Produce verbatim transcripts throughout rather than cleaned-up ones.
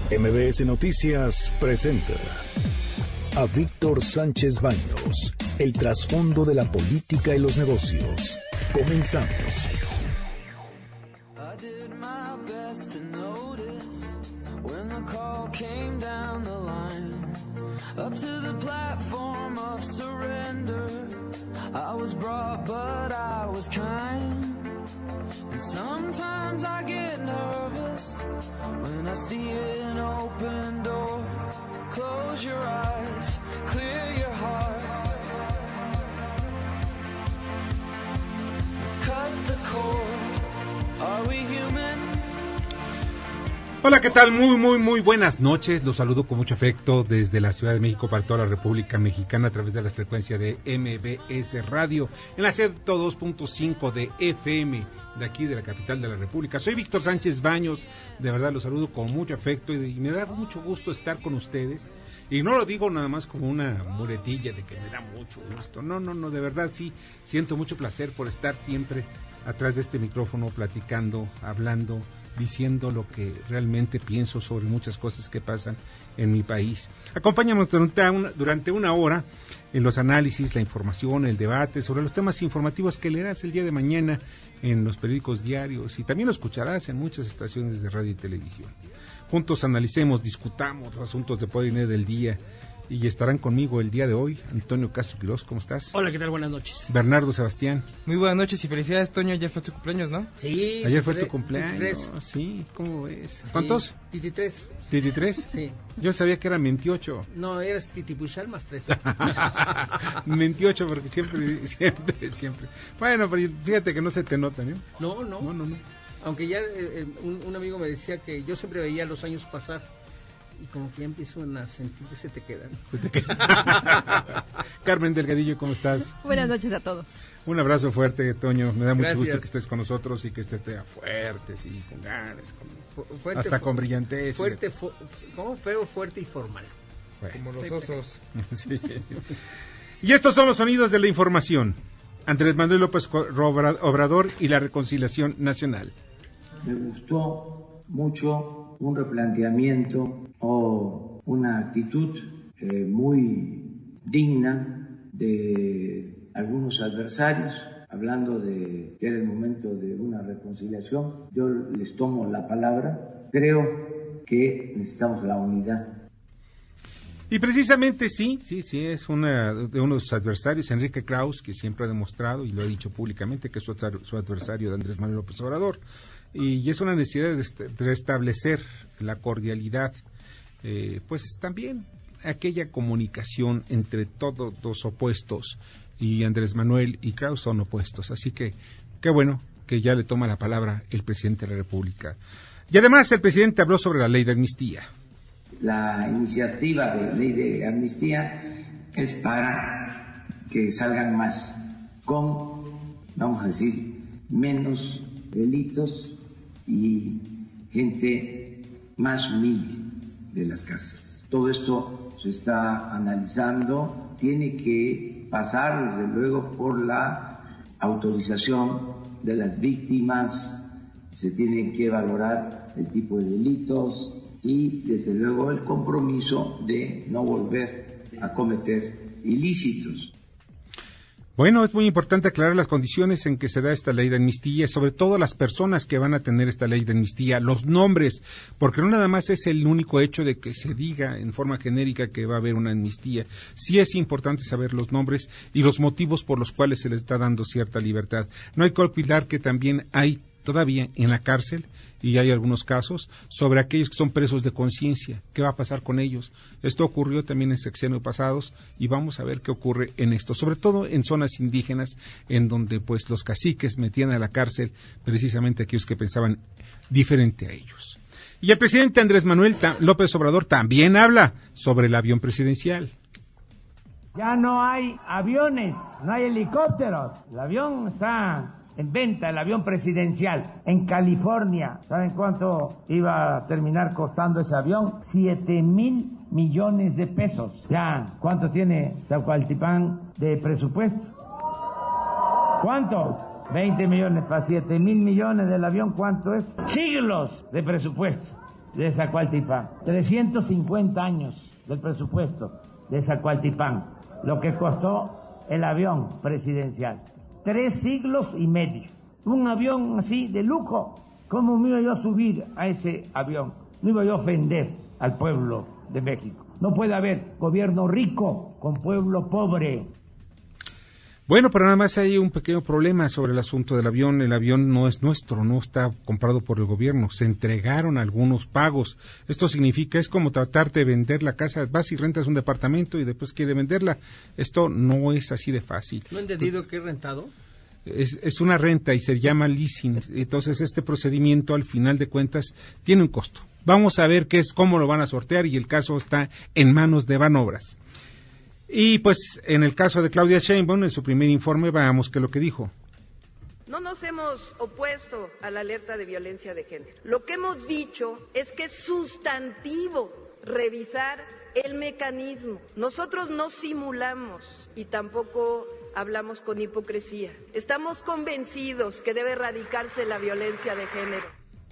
M B S Noticias presenta a Víctor Sánchez Baños, el trasfondo de la política y los negocios. Comenzamos. And sometimes I get nervous when I see an open door. Close your eyes, clear your heart. Cut the cord. Are we human? Hola, ¿qué tal? Muy, muy, muy buenas noches. Los saludo con mucho afecto desde la Ciudad de México para toda la República Mexicana a través de la frecuencia de M B S Radio en la ciento dos punto cinco de F M de aquí de la capital de la República. Soy Víctor Sánchez Baños, de verdad los saludo con mucho afecto y, y me da mucho gusto estar con ustedes. Y no lo digo nada más como una muletilla de que me da mucho gusto. No, no, no, de verdad sí, siento mucho placer por estar siempre atrás de este micrófono platicando, hablando, diciendo lo que realmente pienso sobre muchas cosas que pasan en mi país. Acompáñanos durante una, durante una hora en los análisis, la información, el debate sobre los temas informativos que leerás el día de mañana en los periódicos diarios y también lo escucharás en muchas estaciones de radio y televisión. Juntos analicemos, discutamos los asuntos de poder y dinero del día. Y estarán conmigo el día de hoy Antonio Castro Quirós, ¿cómo estás? Hola, ¿qué tal? Buenas noches. Bernardo Sebastián. Muy buenas noches y felicidades, Toño, ayer fue tu cumpleaños, ¿no? Sí. Ayer fue tu cumpleaños, veintitrés. Sí, ¿cómo ves? Sí. ¿Cuántos? veintitrés. ¿veintitrés? Sí. Yo sabía que eran veintiocho. No, eras Titipuchal más tres. veintiocho porque siempre, siempre, siempre. Bueno, pero fíjate que no se te nota, ¿no? No, no. No, no, no. Aunque ya eh, un, un amigo me decía que yo siempre veía los años pasar. Y como que ya empiezo a sentir que se te quedan. Se te quedan. Carmen Delgadillo, ¿cómo estás? Buenas noches a todos. Un abrazo fuerte, Toño. Me da mucho Gracias. gusto que estés con nosotros y que estés fuerte, sí, con ganas, con, fuerte, hasta fu- con brillantez. Fuerte, fu- ¿cómo? Feo, fuerte y formal. Bueno. Como los osos. Sí. Y estos son los sonidos de la información. Andrés Manuel López Obrador y la reconciliación nacional. Me gustó mucho un replanteamiento o una actitud eh, muy digna de algunos adversarios, hablando de que era el momento de una reconciliación. Yo les tomo la palabra. Creo que necesitamos la unidad. Y precisamente sí, sí, sí, es una de unos adversarios, Enrique Krauss, que siempre ha demostrado, y lo ha dicho públicamente, que es su, su adversario de Andrés Manuel López Obrador. Y es una necesidad de restablecer la cordialidad, eh, pues también aquella comunicación entre todos los opuestos, y Andrés Manuel y Krauss son opuestos. Así que qué bueno que ya le toma la palabra el presidente de la República. Y además el presidente habló sobre la ley de amnistía. La iniciativa de ley de amnistía es para que salgan más con, vamos a decir, menos delitos y gente más humilde de las cárceles. Todo esto se está analizando, tiene que pasar desde luego por la autorización de las víctimas, se tiene que valorar el tipo de delitos y desde luego el compromiso de no volver a cometer ilícitos. Bueno, es muy importante aclarar las condiciones en que se da esta ley de amnistía, sobre todo las personas que van a tener esta ley de amnistía, los nombres, porque no nada más es el único hecho de que se diga en forma genérica que va a haber una amnistía. Sí es importante saber los nombres y los motivos por los cuales se les está dando cierta libertad. No hay que olvidar que también hay todavía en la cárcel, y hay algunos casos, sobre aquellos que son presos de conciencia. ¿Qué va a pasar con ellos? Esto ocurrió también en sexenios pasados y vamos a ver qué ocurre en esto, sobre todo en zonas indígenas, en donde pues los caciques metían a la cárcel precisamente aquellos que pensaban diferente a ellos. Y el presidente Andrés Manuel López Obrador también habla sobre el avión presidencial. Ya no hay aviones, no hay helicópteros, el avión está en venta, el avión presidencial en California. ¿Saben cuánto iba a terminar costando ese avión? Siete mil millones de pesos. Ya, ¿cuánto tiene Zacualtipán de presupuesto? ¿Cuánto? veinte millones para siete mil millones del avión, ¿cuánto es? Siglos de presupuesto. de Zacualtipán. trescientos cincuenta años del presupuesto de Zacualtipán, lo que costó el avión presidencial. Tres siglos y medio. Un avión así de lujo. ¿Cómo me iba yo a subir a ese avión? No iba yo a ofender al pueblo de México. No puede haber gobierno rico con pueblo pobre. Bueno, pero nada más hay un pequeño problema sobre el asunto del avión. El avión no es nuestro, no está comprado por el gobierno. Se entregaron algunos pagos. Esto significa, es como tratar de vender la casa. Vas y rentas un departamento y después quiere venderla. Esto no es así de fácil. ¿No he entendido qué rentado? Es, es una renta y se llama leasing. Entonces este procedimiento al final de cuentas tiene un costo. Vamos a ver qué es, cómo lo van a sortear y el caso está en manos de Banobras. Y pues en el caso de Claudia Sheinbaum, en su primer informe, veamos qué es lo que dijo. No nos hemos opuesto a la alerta de violencia de género. Lo que hemos dicho es que es sustantivo revisar el mecanismo. Nosotros no simulamos y tampoco hablamos con hipocresía. Estamos convencidos que debe erradicarse la violencia de género.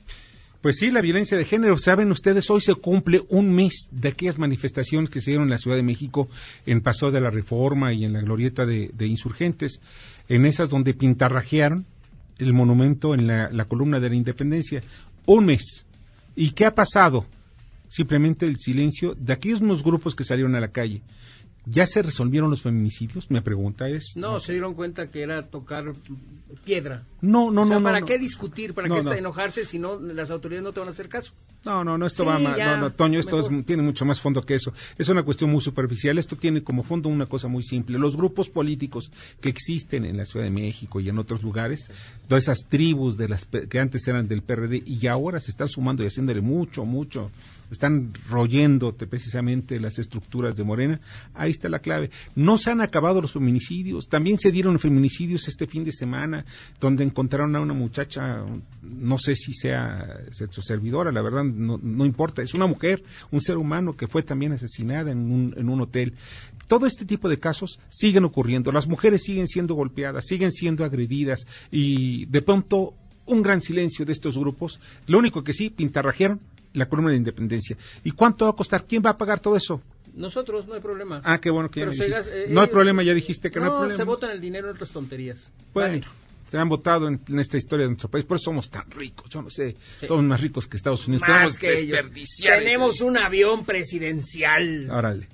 Pues sí, la violencia de género, saben ustedes, hoy se cumple un mes de aquellas manifestaciones que se dieron en la Ciudad de México en Paseo de la Reforma y en la glorieta de, de Insurgentes, en esas donde pintarrajearon el monumento en la, la columna de la Independencia. Un mes. ¿Y qué ha pasado? Simplemente el silencio de aquellos unos grupos que salieron a la calle. ¿Ya se resolvieron los feminicidios? Mi pregunta es... No, no se dieron cuenta que era tocar piedra. No, no, o sea, no. ¿para no, qué no. discutir? ¿Para no, qué no. enojarse si no las autoridades no te van a hacer caso? No, no, no, esto Sí, va más, ya, no, no, Toño, esto es, mejor. tiene mucho más fondo que eso. Es una cuestión muy superficial. Esto tiene como fondo una cosa muy simple. Los grupos políticos que existen en la Ciudad de México y en otros lugares, todas esas tribus de las que antes eran del P R D y ahora se están sumando y haciéndole mucho, mucho, están royendo precisamente las estructuras de Morena. Ahí está la clave. No se han acabado los feminicidios. También se dieron feminicidios este fin de semana, donde encontraron a una muchacha, no sé si sea sexo servidora, la verdad no, no importa, es una mujer, un ser humano que fue también asesinada en un, en un hotel. Todo este tipo de casos siguen ocurriendo. Las mujeres siguen siendo golpeadas, siguen siendo agredidas y de pronto un gran silencio de estos grupos. Lo único que sí, pintarrajearon la columna de Independencia. ¿Y cuánto va a costar? ¿Quién va a pagar todo eso? Nosotros, no hay problema. Ah, qué bueno que ya Pero me se dijiste. gas- eh, No hay eh, problema, ya dijiste que no, no hay problema. se botan el dinero en otras tonterías. Bueno, Vale. se han votado en, en esta historia de nuestro país, por eso somos tan ricos. Yo no sé, Sí. somos más ricos que Estados Unidos. Más Podemos que ellos. desperdiciar ese- Tenemos un avión presidencial. Órale.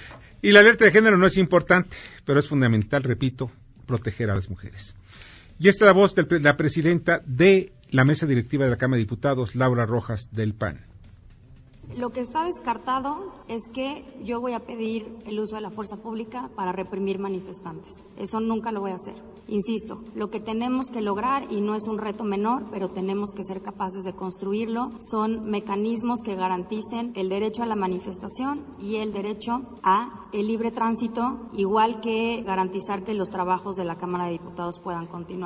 Y la alerta de género no es importante, pero es fundamental, repito, proteger a las mujeres. Y esta es la voz de la presidenta de la mesa directiva de la Cámara de Diputados, Laura Rojas, del P A N. Lo que está descartado es que yo voy a pedir el uso de la fuerza pública para reprimir manifestantes. Eso nunca lo voy a hacer. Insisto, lo que tenemos que lograr, y no es un reto menor, pero tenemos que ser capaces de construirlo, son mecanismos que garanticen el derecho a la manifestación y el derecho a el libre tránsito, igual que garantizar que los trabajos de la Cámara de Diputados puedan continuar.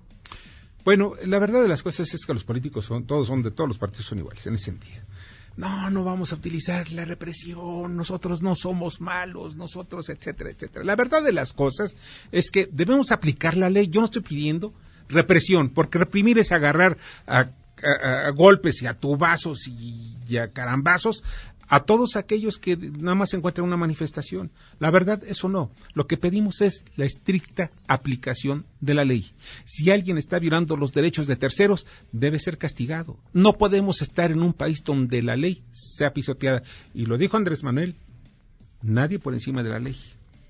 Bueno, la verdad de las cosas es que los políticos son, todos son de todos los partidos son iguales, en ese sentido. No, no vamos a utilizar la represión, nosotros no somos malos, nosotros, etcétera, etcétera. La verdad de las cosas es que debemos aplicar la ley. Yo no estoy pidiendo represión, porque reprimir es agarrar a, a, a golpes y a tubazos y, y a carambazos a todos aquellos que nada más se encuentran en una manifestación. La verdad, eso no. Lo que pedimos es la estricta aplicación de la ley. Si alguien está violando los derechos de terceros, debe ser castigado. No podemos estar en un país donde la ley sea pisoteada. Y lo dijo Andrés Manuel, nadie por encima de la ley.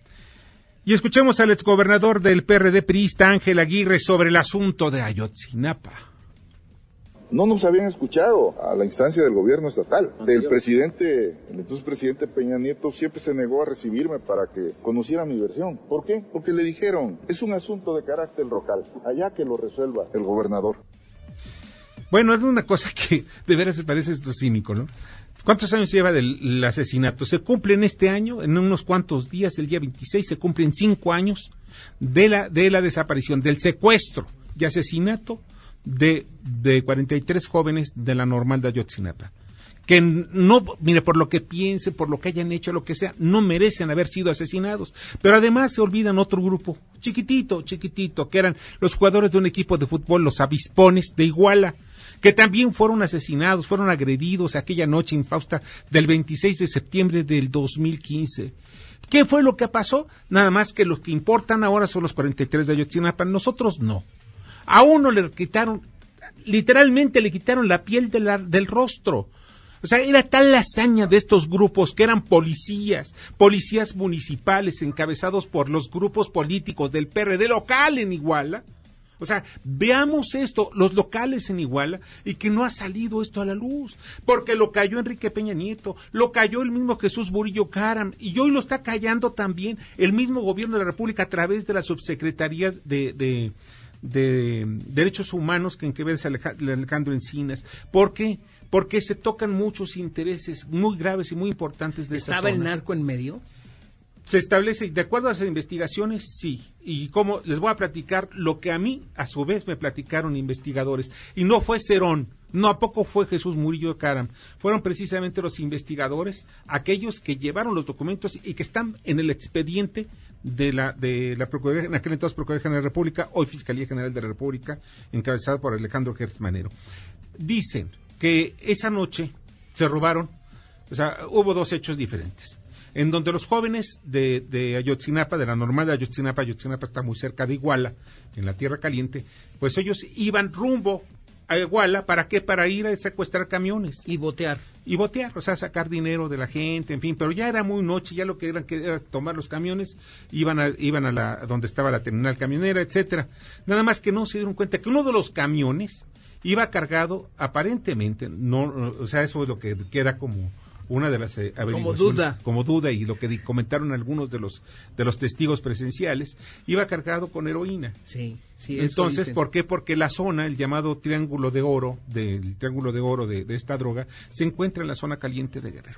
Y escuchemos al exgobernador del P R D priista Ángel Aguirre sobre el asunto de Ayotzinapa. No nos habían escuchado a la instancia del gobierno estatal. El presidente, el entonces presidente Peña Nieto siempre se negó a recibirme para que conociera mi versión. ¿Por qué? Porque le dijeron, es un asunto de carácter local, allá que lo resuelva el gobernador. Bueno, es una cosa que de veras se parece esto cínico, ¿no? ¿Cuántos años lleva del asesinato? Se cumplen este año, en unos cuantos días, el día veintiséis, se cumplen cinco años de la, de la desaparición, del secuestro y asesinato de, de cuarenta y tres jóvenes de la Normal de Ayotzinapa, que no, mire, por lo que piensen, por lo que hayan hecho, lo que sea, no merecen haber sido asesinados, pero además se olvidan otro grupo, chiquitito, chiquitito, que eran los jugadores de un equipo de fútbol, los Avispones de Iguala, que también fueron asesinados, fueron agredidos aquella noche infausta del veintiséis de septiembre del dos mil quince. ¿Qué fue lo que pasó? Nada más que los que importan ahora son los cuarenta y tres de Ayotzinapa, nosotros no. A uno le quitaron, literalmente le quitaron la piel de la, del rostro. O sea, era tal la hazaña de estos grupos que eran policías, policías municipales encabezados por los grupos políticos del P R D local en Iguala. O sea, veamos esto, los locales en Iguala, y que no ha salido esto a la luz, porque lo cayó Enrique Peña Nieto, lo cayó el mismo Jesús Murillo Caram, y hoy lo está callando también el mismo gobierno de la República a través de la Subsecretaría de... de de Derechos Humanos que encabeza Alejandro Encinas. ¿Por qué? Porque se tocan muchos intereses muy graves y muy importantes de esa zona. ¿Estaba el narco en medio? Se establece, de acuerdo a las investigaciones, sí. Y como les voy a platicar lo que a mí, a su vez, me platicaron investigadores. Y no fue Cerón, no a poco fue Jesús Murillo Caram. Fueron precisamente los investigadores, aquellos que llevaron los documentos y que están en el expediente de la de la Procuraduría, en aquel entonces Procuraduría General de la República, hoy Fiscalía General de la República, encabezada por Alejandro Gertz Manero. Dicen que esa noche se robaron, o sea, hubo dos hechos diferentes, en donde los jóvenes de, de Ayotzinapa, de la normal de Ayotzinapa, Ayotzinapa está muy cerca de Iguala, en la Tierra Caliente, pues ellos iban rumbo a Iguala, ¿para qué? Para ir a secuestrar camiones. Y botear. Y botear, o sea, sacar dinero de la gente, en fin, pero ya era muy noche, ya lo que eran que era tomar los camiones, iban a, iban a la, donde estaba la terminal camionera, etcétera. Nada más que no se dieron cuenta que uno de los camiones iba cargado, aparentemente, no, o sea, eso es lo que queda como una de las eh, averiguaciones, como duda, como duda y lo que di, comentaron algunos de los de los testigos presenciales, iba cargado con heroína. Sí, sí. Entonces, ¿por qué? Porque la zona, el llamado Triángulo de Oro, del Triángulo de Oro de, de esta droga, se encuentra en la zona caliente de Guerrero.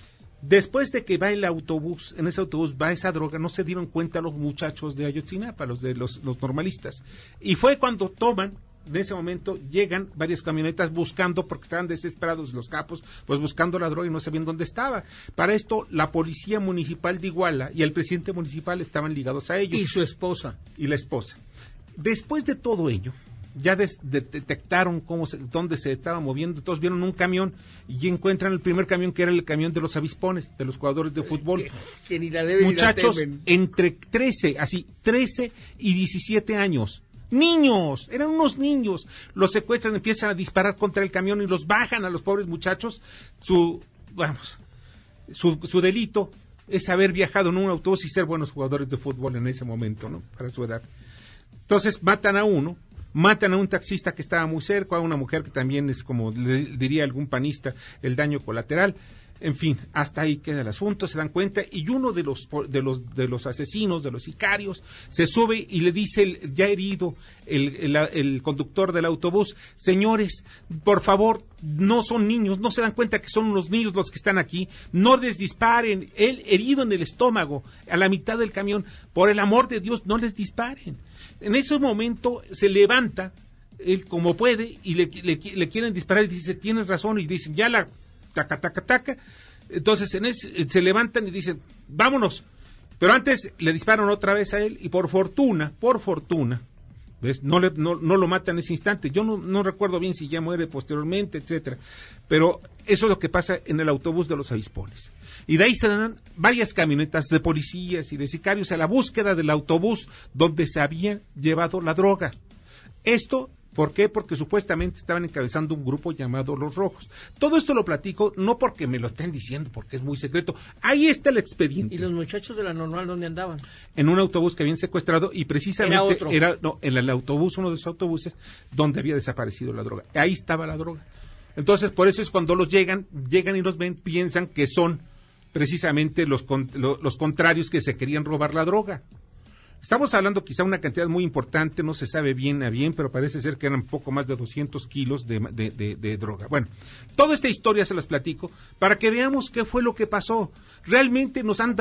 Después de que va el autobús, en ese autobús va esa droga, no se dieron cuenta los muchachos de Ayotzinapa, los de los, los normalistas, y fue cuando toman. De ese momento llegan varias camionetas buscando, porque estaban desesperados los capos, pues buscando la droga y no sabían dónde estaba. Para esto, la policía municipal de Iguala y el presidente municipal estaban ligados a ellos. Y su esposa. Y la esposa. Después de todo ello, ya des, de, detectaron cómo se, dónde se estaba moviendo, todos vieron un camión y encuentran el primer camión, que era el camión de los avispones, de los jugadores de fútbol. Que, que ni la deben, muchachos ni la temen. Entre trece, así, trece y diecisiete años. Niños, eran unos niños, los secuestran, empiezan a disparar contra el camión y los bajan a los pobres muchachos. Su, vamos, su, su delito es haber viajado en un autobús y ser buenos jugadores de fútbol en ese momento, ¿no? Para su edad. Entonces matan a uno, matan a un taxista que estaba muy cerca, a una mujer que también es, como le diría algún panista, el daño colateral. En fin, hasta ahí queda el asunto, se dan cuenta, y uno de los de los de los asesinos, de los sicarios, se sube y le dice, el, ya herido, el, el, el conductor del autobús: señores, por favor, no son niños, no se dan cuenta que son unos niños los que están aquí, no les disparen. Él herido en el estómago, a la mitad del camión, por el amor de Dios, no les disparen. En ese momento se levanta, él como puede, y le, le, le quieren disparar, y dice, tienes razón, y dicen, ya la... taca, taca, taca. Entonces en ese, se levantan y dicen, vámonos. Pero antes le disparan otra vez a él y por fortuna, por fortuna, ¿ves? No, le, no, no lo matan en ese instante. Yo no, no recuerdo bien si ya muere posteriormente, etcétera. Pero eso es lo que pasa en el autobús de los avispones. Y de ahí se dan varias camionetas de policías y de sicarios a la búsqueda del autobús donde se había llevado la droga. Esto... ¿Por qué? Porque supuestamente estaban encabezando un grupo llamado Los Rojos. Todo esto lo platico no porque me lo estén diciendo, porque es muy secreto. Ahí está el expediente. ¿Y los muchachos de la normal dónde andaban? En un autobús que habían secuestrado y precisamente era, otro. era no, en el autobús, uno de esos autobuses, donde había desaparecido la droga. Ahí estaba la droga. Entonces, por eso es cuando los llegan, llegan y los ven, piensan que son precisamente los, los contrarios que se querían robar la droga. Estamos hablando quizá una cantidad muy importante, no se sabe bien a bien, pero parece ser que eran poco más de doscientos kilos de, de, de, de droga. Bueno, toda esta historia se las platico para que veamos qué fue lo que pasó. Realmente nos han dado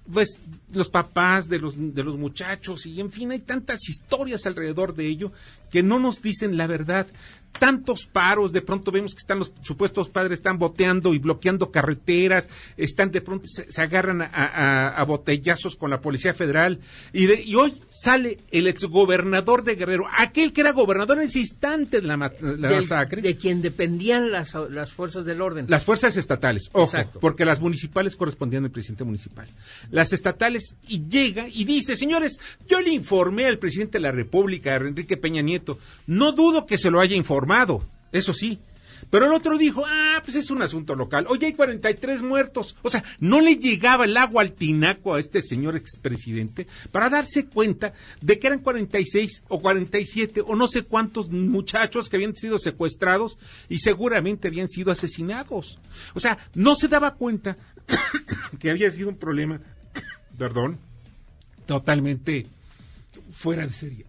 pues los papás de los de los muchachos, y en fin, hay tantas historias alrededor de ello que no nos dicen la verdad. Tantos paros, de pronto vemos que están los supuestos padres, están boteando y bloqueando carreteras, están de pronto se, se agarran a, a, a botellazos con la Policía Federal, y, de, y hoy sale el exgobernador de Guerrero, aquel que era gobernador en ese instante de la, la Del, masacre. De quien dependían las, las fuerzas del orden. Las fuerzas estatales, ojo, Exacto. Porque las municipales correspondían al presidente municipal. Las estatales, y llega y dice, señores, yo le informé al presidente de la República, Enrique Peña Nieto, no dudo que se lo haya informado, eso sí, pero el otro dijo, ah, pues es un asunto local, oye, hay cuarenta y tres muertos, o sea, no le llegaba el agua al tinaco a este señor expresidente para darse cuenta de que eran cuarenta y seis o cuarenta y siete o no sé cuántos muchachos que habían sido secuestrados y seguramente habían sido asesinados. O sea, no se daba cuenta que había sido un problema, perdón, totalmente fuera de serie.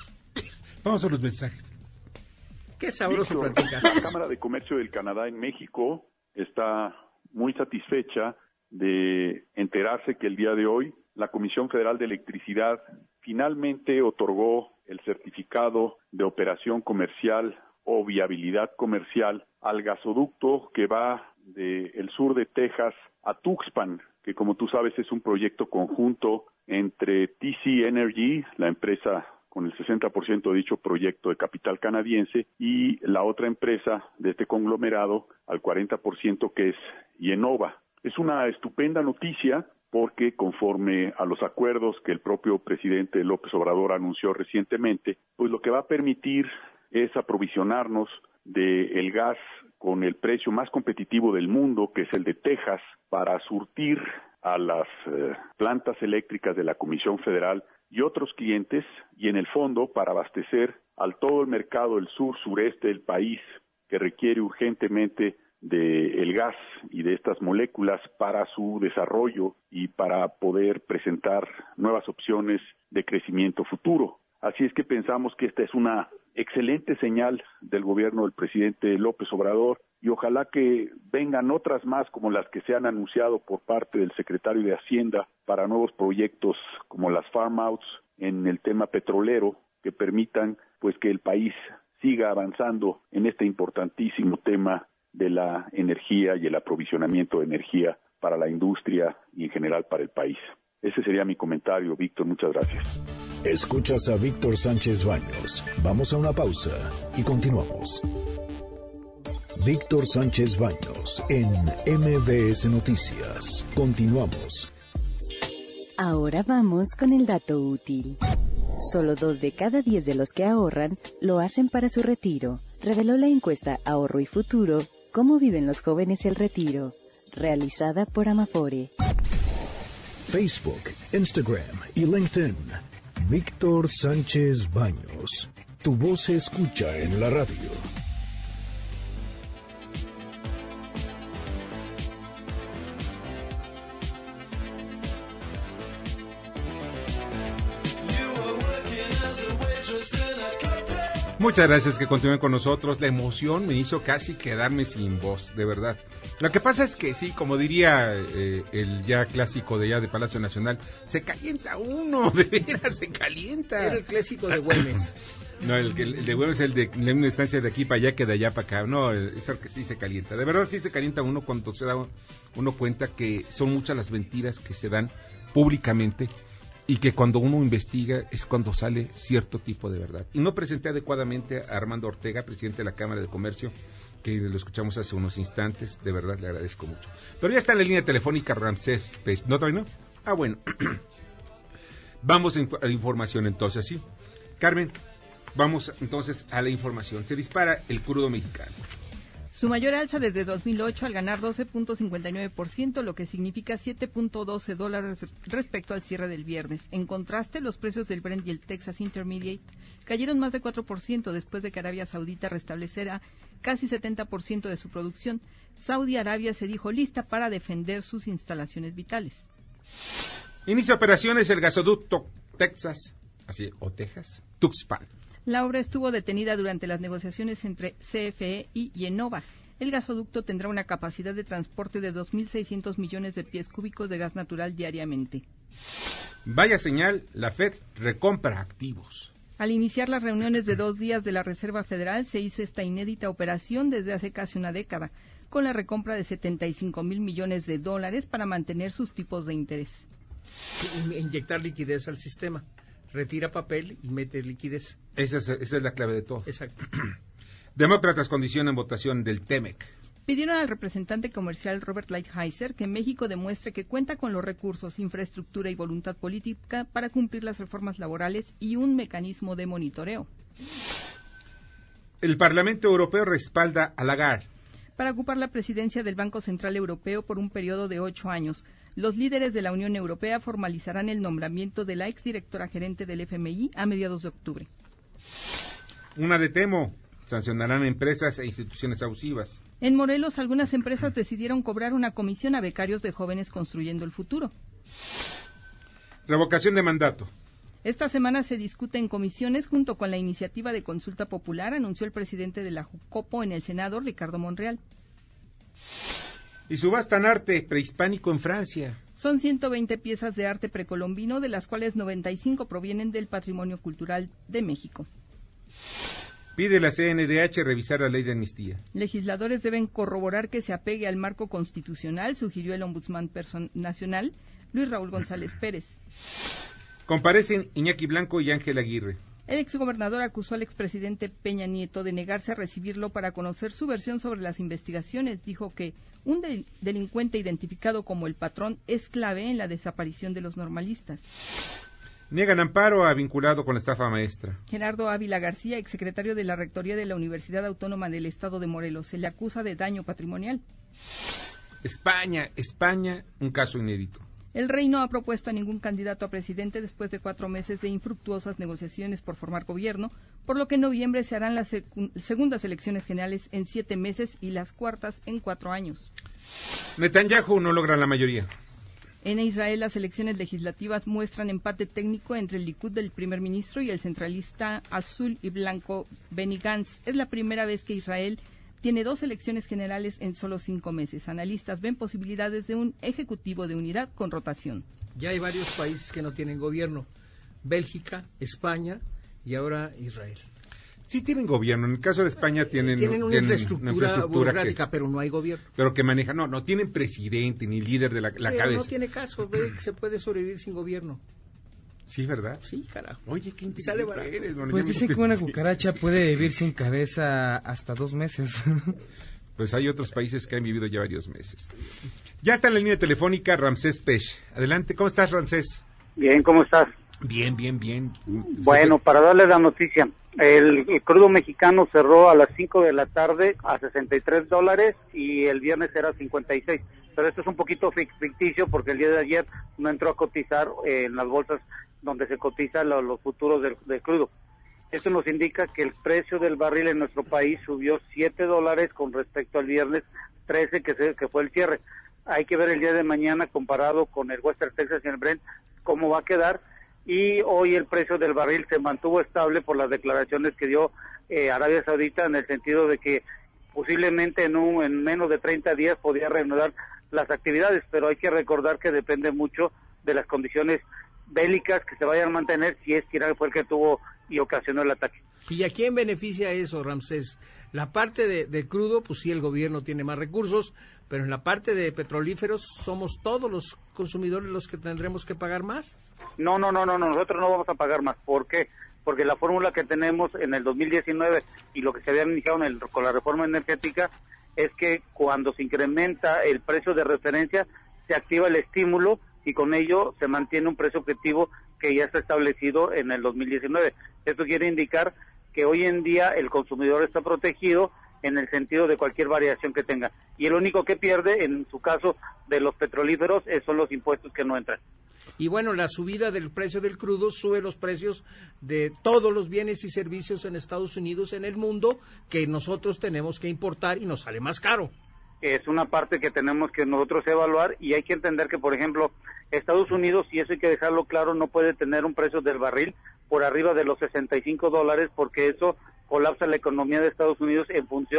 Vamos a los mensajes. Qué sabroso Víctor, platicas. La Cámara de Comercio del Canadá en México está muy satisfecha de enterarse que el día de hoy la Comisión Federal de Electricidad finalmente otorgó el certificado de operación comercial o viabilidad comercial al gasoducto que va del sur de Texas a Tuxpan, que como tú sabes es un proyecto conjunto entre T C Energy, la empresa con el sesenta por ciento de dicho proyecto de capital canadiense, y la otra empresa de este conglomerado al cuarenta por ciento, que es Yenova. Es una estupenda noticia porque conforme a los acuerdos que el propio presidente López Obrador anunció recientemente, pues lo que va a permitir es aprovisionarnos del gas con el precio más competitivo del mundo, que es el de Texas, para surtir a las eh, plantas eléctricas de la Comisión Federal y otros clientes, y en el fondo para abastecer al todo el mercado del sur-sureste del país que requiere urgentemente del gas y de estas moléculas para su desarrollo y para poder presentar nuevas opciones de crecimiento futuro. Así es que pensamos que esta es una excelente señal del gobierno del presidente López Obrador, y ojalá que vengan otras más como las que se han anunciado por parte del secretario de Hacienda para nuevos proyectos como las farm outs en el tema petrolero, que permitan pues que el país siga avanzando en este importantísimo tema de la energía y el aprovisionamiento de energía para la industria y en general para el país. Ese sería mi comentario, Víctor. Muchas gracias. Escuchas a Víctor Sánchez Baños. Vamos a una pausa y continuamos. Víctor Sánchez Baños en M B S Noticias. Continuamos. Ahora vamos con el dato útil. Solo dos de cada diez de los que ahorran lo hacen para su retiro, reveló la encuesta Ahorro y Futuro, ¿Cómo viven los jóvenes el retiro?, realizada por Amafore. Facebook, Instagram y LinkedIn. Víctor Sánchez Baños. Tu voz se escucha en la radio. Muchas gracias que continúen con nosotros. La emoción me hizo casi quedarme sin voz, de verdad. Lo que pasa es que sí, como diría eh, el ya clásico de ya de Palacio Nacional, se calienta uno, de veras se calienta. Era el clásico de Güemes. No, el, el, el de Güemes es el de, de una instancia de aquí para allá que de allá para acá. No, eso que sí se calienta. De verdad sí se calienta uno cuando se da uno cuenta que son muchas las mentiras que se dan públicamente, y que cuando uno investiga es cuando sale cierto tipo de verdad. Y no presenté adecuadamente a Armando Ortega, presidente de la Cámara de Comercio, que lo escuchamos hace unos instantes, de verdad le agradezco mucho. Pero ya está en la línea telefónica Ramsés Pech. ¿No todavía no? Ah, bueno. Vamos a la información entonces, ¿sí? Carmen, vamos entonces a la información. Se dispara el crudo mexicano. Su mayor alza desde dos mil ocho al ganar doce punto cincuenta y nueve por ciento, lo que significa siete punto doce dólares respecto al cierre del viernes. En contraste, los precios del Brent y el Texas Intermediate cayeron más de cuatro por ciento después de que Arabia Saudita restableciera casi setenta por ciento de su producción. Saudi Arabia se dijo lista para defender sus instalaciones vitales. Inicia operaciones el gasoducto Texas, así, o Texas, Tuxpan. La obra estuvo detenida durante las negociaciones entre C F E y Yenova. El gasoducto tendrá una capacidad de transporte de dos mil seiscientos millones de pies cúbicos de gas natural diariamente. Vaya señal, la Fed recompra activos. Al iniciar las reuniones de dos días de la Reserva Federal, se hizo esta inédita operación desde hace casi una década, con la recompra de setenta y cinco mil millones de dólares para mantener sus tipos de interés. Inyectar liquidez al sistema. Retira papel y mete liquidez. Esa es, esa es la clave de todo. Exacto. Demócratas condicionan votación del TEMEC. Pidieron al representante comercial Robert Lighthizer que México demuestre que cuenta con los recursos, infraestructura y voluntad política para cumplir las reformas laborales y un mecanismo de monitoreo. El Parlamento Europeo respalda a Lagarde para ocupar la presidencia del Banco Central Europeo por un periodo de ocho años. Los líderes de la Unión Europea formalizarán el nombramiento de la exdirectora gerente del F M I a mediados de octubre. Una de Temo. Sancionarán empresas e instituciones abusivas. En Morelos, algunas empresas decidieron cobrar una comisión a becarios de jóvenes construyendo el futuro. Revocación de mandato. Esta semana se discute en comisiones junto con la iniciativa de consulta popular, anunció el presidente de la Jucopo en el Senado, Ricardo Monreal. Y subastan arte prehispánico en Francia. Son ciento veinte piezas de arte precolombino, de las cuales noventa y cinco provienen del patrimonio cultural de México. Pide la C N D H revisar la ley de amnistía. Legisladores deben corroborar que se apegue al marco constitucional, sugirió el ombudsman nacional, Luis Raúl González Pérez. Comparecen Iñaki Blanco y Ángel Aguirre. El exgobernador acusó al expresidente Peña Nieto de negarse a recibirlo para conocer su versión sobre las investigaciones. Dijo que un del- delincuente identificado como el patrón es clave en la desaparición de los normalistas. Niegan amparo a vinculado con la estafa maestra. Gerardo Ávila García, exsecretario de la Rectoría de la Universidad Autónoma del Estado de Morelos, se le acusa de daño patrimonial. España, España, un caso inédito. El rey no ha propuesto a ningún candidato a presidente después de cuatro meses de infructuosas negociaciones por formar gobierno, por lo que en noviembre se harán las secu- segundas elecciones generales en siete meses y las cuartas en cuatro años. Netanyahu no logra la mayoría. En Israel, las elecciones legislativas muestran empate técnico entre el Likud del primer ministro y el centralista azul y blanco Benny Gantz. Es la primera vez que Israel tiene dos elecciones generales en solo cinco meses. Analistas ven posibilidades de un ejecutivo de unidad con rotación. Ya hay varios países que no tienen gobierno. Bélgica, España y ahora Israel. Sí tienen gobierno. En el caso de España tienen, Tienen una tienen infraestructura, una infraestructura burocrática, que, pero no hay gobierno. pero que maneja. No, no tienen presidente ni líder de la, la Pero cabeza. no tiene caso, ve que se puede sobrevivir sin gobierno. Sí, ¿verdad? Sí, carajo. Oye, qué Sale inteligente barato. eres, mano. Pues Ya me dicen que gusta- una sí. cucaracha puede vivir sin cabeza hasta dos meses. Pues hay otros países que han vivido ya varios meses. Ya está en la línea telefónica Ramsés Pech. Adelante, ¿cómo estás, Ramsés? Bien, ¿cómo estás? Bien, bien, bien. Bueno, para darle la noticia, el, el crudo mexicano cerró a las cinco de la tarde a sesenta y tres dólares y el viernes era cincuenta y seis. Pero esto es un poquito fic- ficticio porque el día de ayer no entró a cotizar eh, en las bolsas donde se cotizan lo- los futuros del, del crudo. Esto nos indica que el precio del barril en nuestro país subió siete dólares con respecto al viernes trece que, se, que fue el cierre. Hay que ver el día de mañana comparado con el Western Texas y el Brent cómo va a quedar. Y hoy el precio del barril se mantuvo estable por las declaraciones que dio eh, Arabia Saudita, en el sentido de que posiblemente en, un, en menos de treinta días podría reanudar las actividades, pero hay que recordar que depende mucho de las condiciones bélicas que se vayan a mantener si es que Irán fue el que tuvo y ocasionó el ataque. ¿Y a quién beneficia eso, Ramsés? La parte de, de crudo, pues sí, el gobierno tiene más recursos, pero en la parte de petrolíferos somos todos los consumidores los que tendremos que pagar más. No, no, no, no, no, nosotros no vamos a pagar más. ¿Por qué? Porque la fórmula que tenemos en el dos mil diecinueve y lo que se había iniciado en el, con la reforma energética es que cuando se incrementa el precio de referencia, se activa el estímulo y con ello se mantiene un precio objetivo que ya está establecido en el dos mil diecinueve. Esto quiere indicar que hoy en día el consumidor está protegido en el sentido de cualquier variación que tenga. Y el único que pierde, en su caso de los petrolíferos, eh, son los impuestos que no entran. Y bueno, la subida del precio del crudo sube los precios de todos los bienes y servicios en Estados Unidos, en el mundo, que nosotros tenemos que importar y nos sale más caro. Es una parte que tenemos que nosotros evaluar y hay que entender que, por ejemplo, Estados Unidos, y eso hay que dejarlo claro, no puede tener un precio del barril por arriba de los sesenta y cinco dólares porque eso colapsa la economía de Estados Unidos en función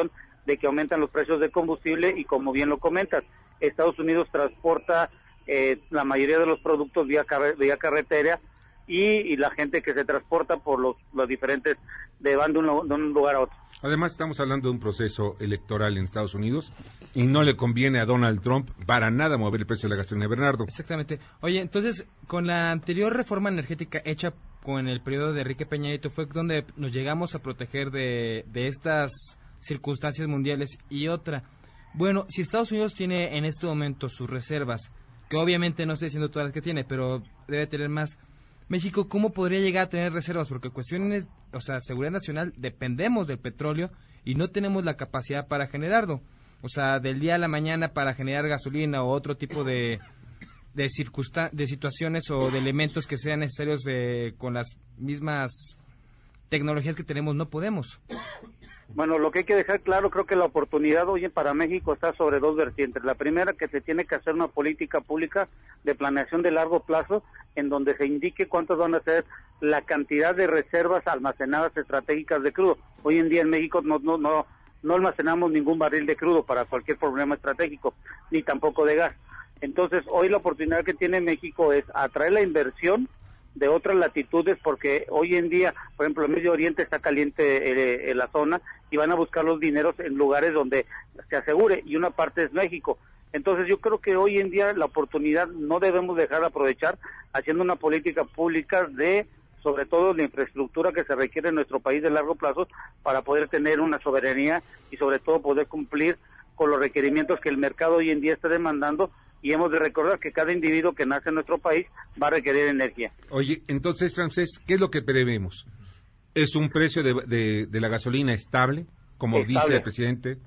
de que aumentan los precios de combustible y como bien lo comentas, Estados Unidos transporta eh, la mayoría de los productos vía, car vía carretera y, y la gente que se transporta por los, los diferentes, de van de un, de un lugar a otro. Además, estamos hablando de un proceso electoral en Estados Unidos y no le conviene a Donald Trump para nada mover el precio de la gasolina, Bernardo. Exactamente. Oye, entonces, con la anterior reforma energética hecha con el periodo de Enrique Peña Nieto fue donde nos llegamos a proteger de, de estas circunstancias mundiales. Y otra, bueno, si Estados Unidos tiene en este momento sus reservas, que obviamente no estoy diciendo todas las que tiene, pero debe tener más, México, ¿cómo podría llegar a tener reservas? Porque cuestiones, o sea, seguridad nacional, dependemos del petróleo y no tenemos la capacidad para generarlo. O sea, del día a la mañana para generar gasolina o otro tipo de de, circunstan de situaciones o de elementos que sean necesarios de, con las mismas tecnologías que tenemos, no podemos. Bueno, lo que hay que dejar claro, creo que la oportunidad hoy para México está sobre dos vertientes. La primera, que se tiene que hacer una política pública de planeación de largo plazo, en donde se indique cuántas van a ser la cantidad de reservas almacenadas estratégicas de crudo. Hoy en día en México no, no, no, no almacenamos ningún barril de crudo para cualquier problema estratégico, ni tampoco de gas. Entonces, hoy la oportunidad que tiene México es atraer la inversión de otras latitudes, porque hoy en día, por ejemplo, el Medio Oriente está caliente eh, en la zona y van a buscar los dineros en lugares donde se asegure, y una parte es México. Entonces yo creo que hoy en día la oportunidad no debemos dejar de aprovechar haciendo una política pública de, sobre todo, la infraestructura que se requiere en nuestro país de largo plazo para poder tener una soberanía y sobre todo poder cumplir con los requerimientos que el mercado hoy en día está demandando. Y hemos de recordar que cada individuo que nace en nuestro país va a requerir energía. Oye, entonces, Francés, ¿qué es lo que prevemos? ¿Es un precio de, de, de la gasolina estable, como estable. dice el presidente?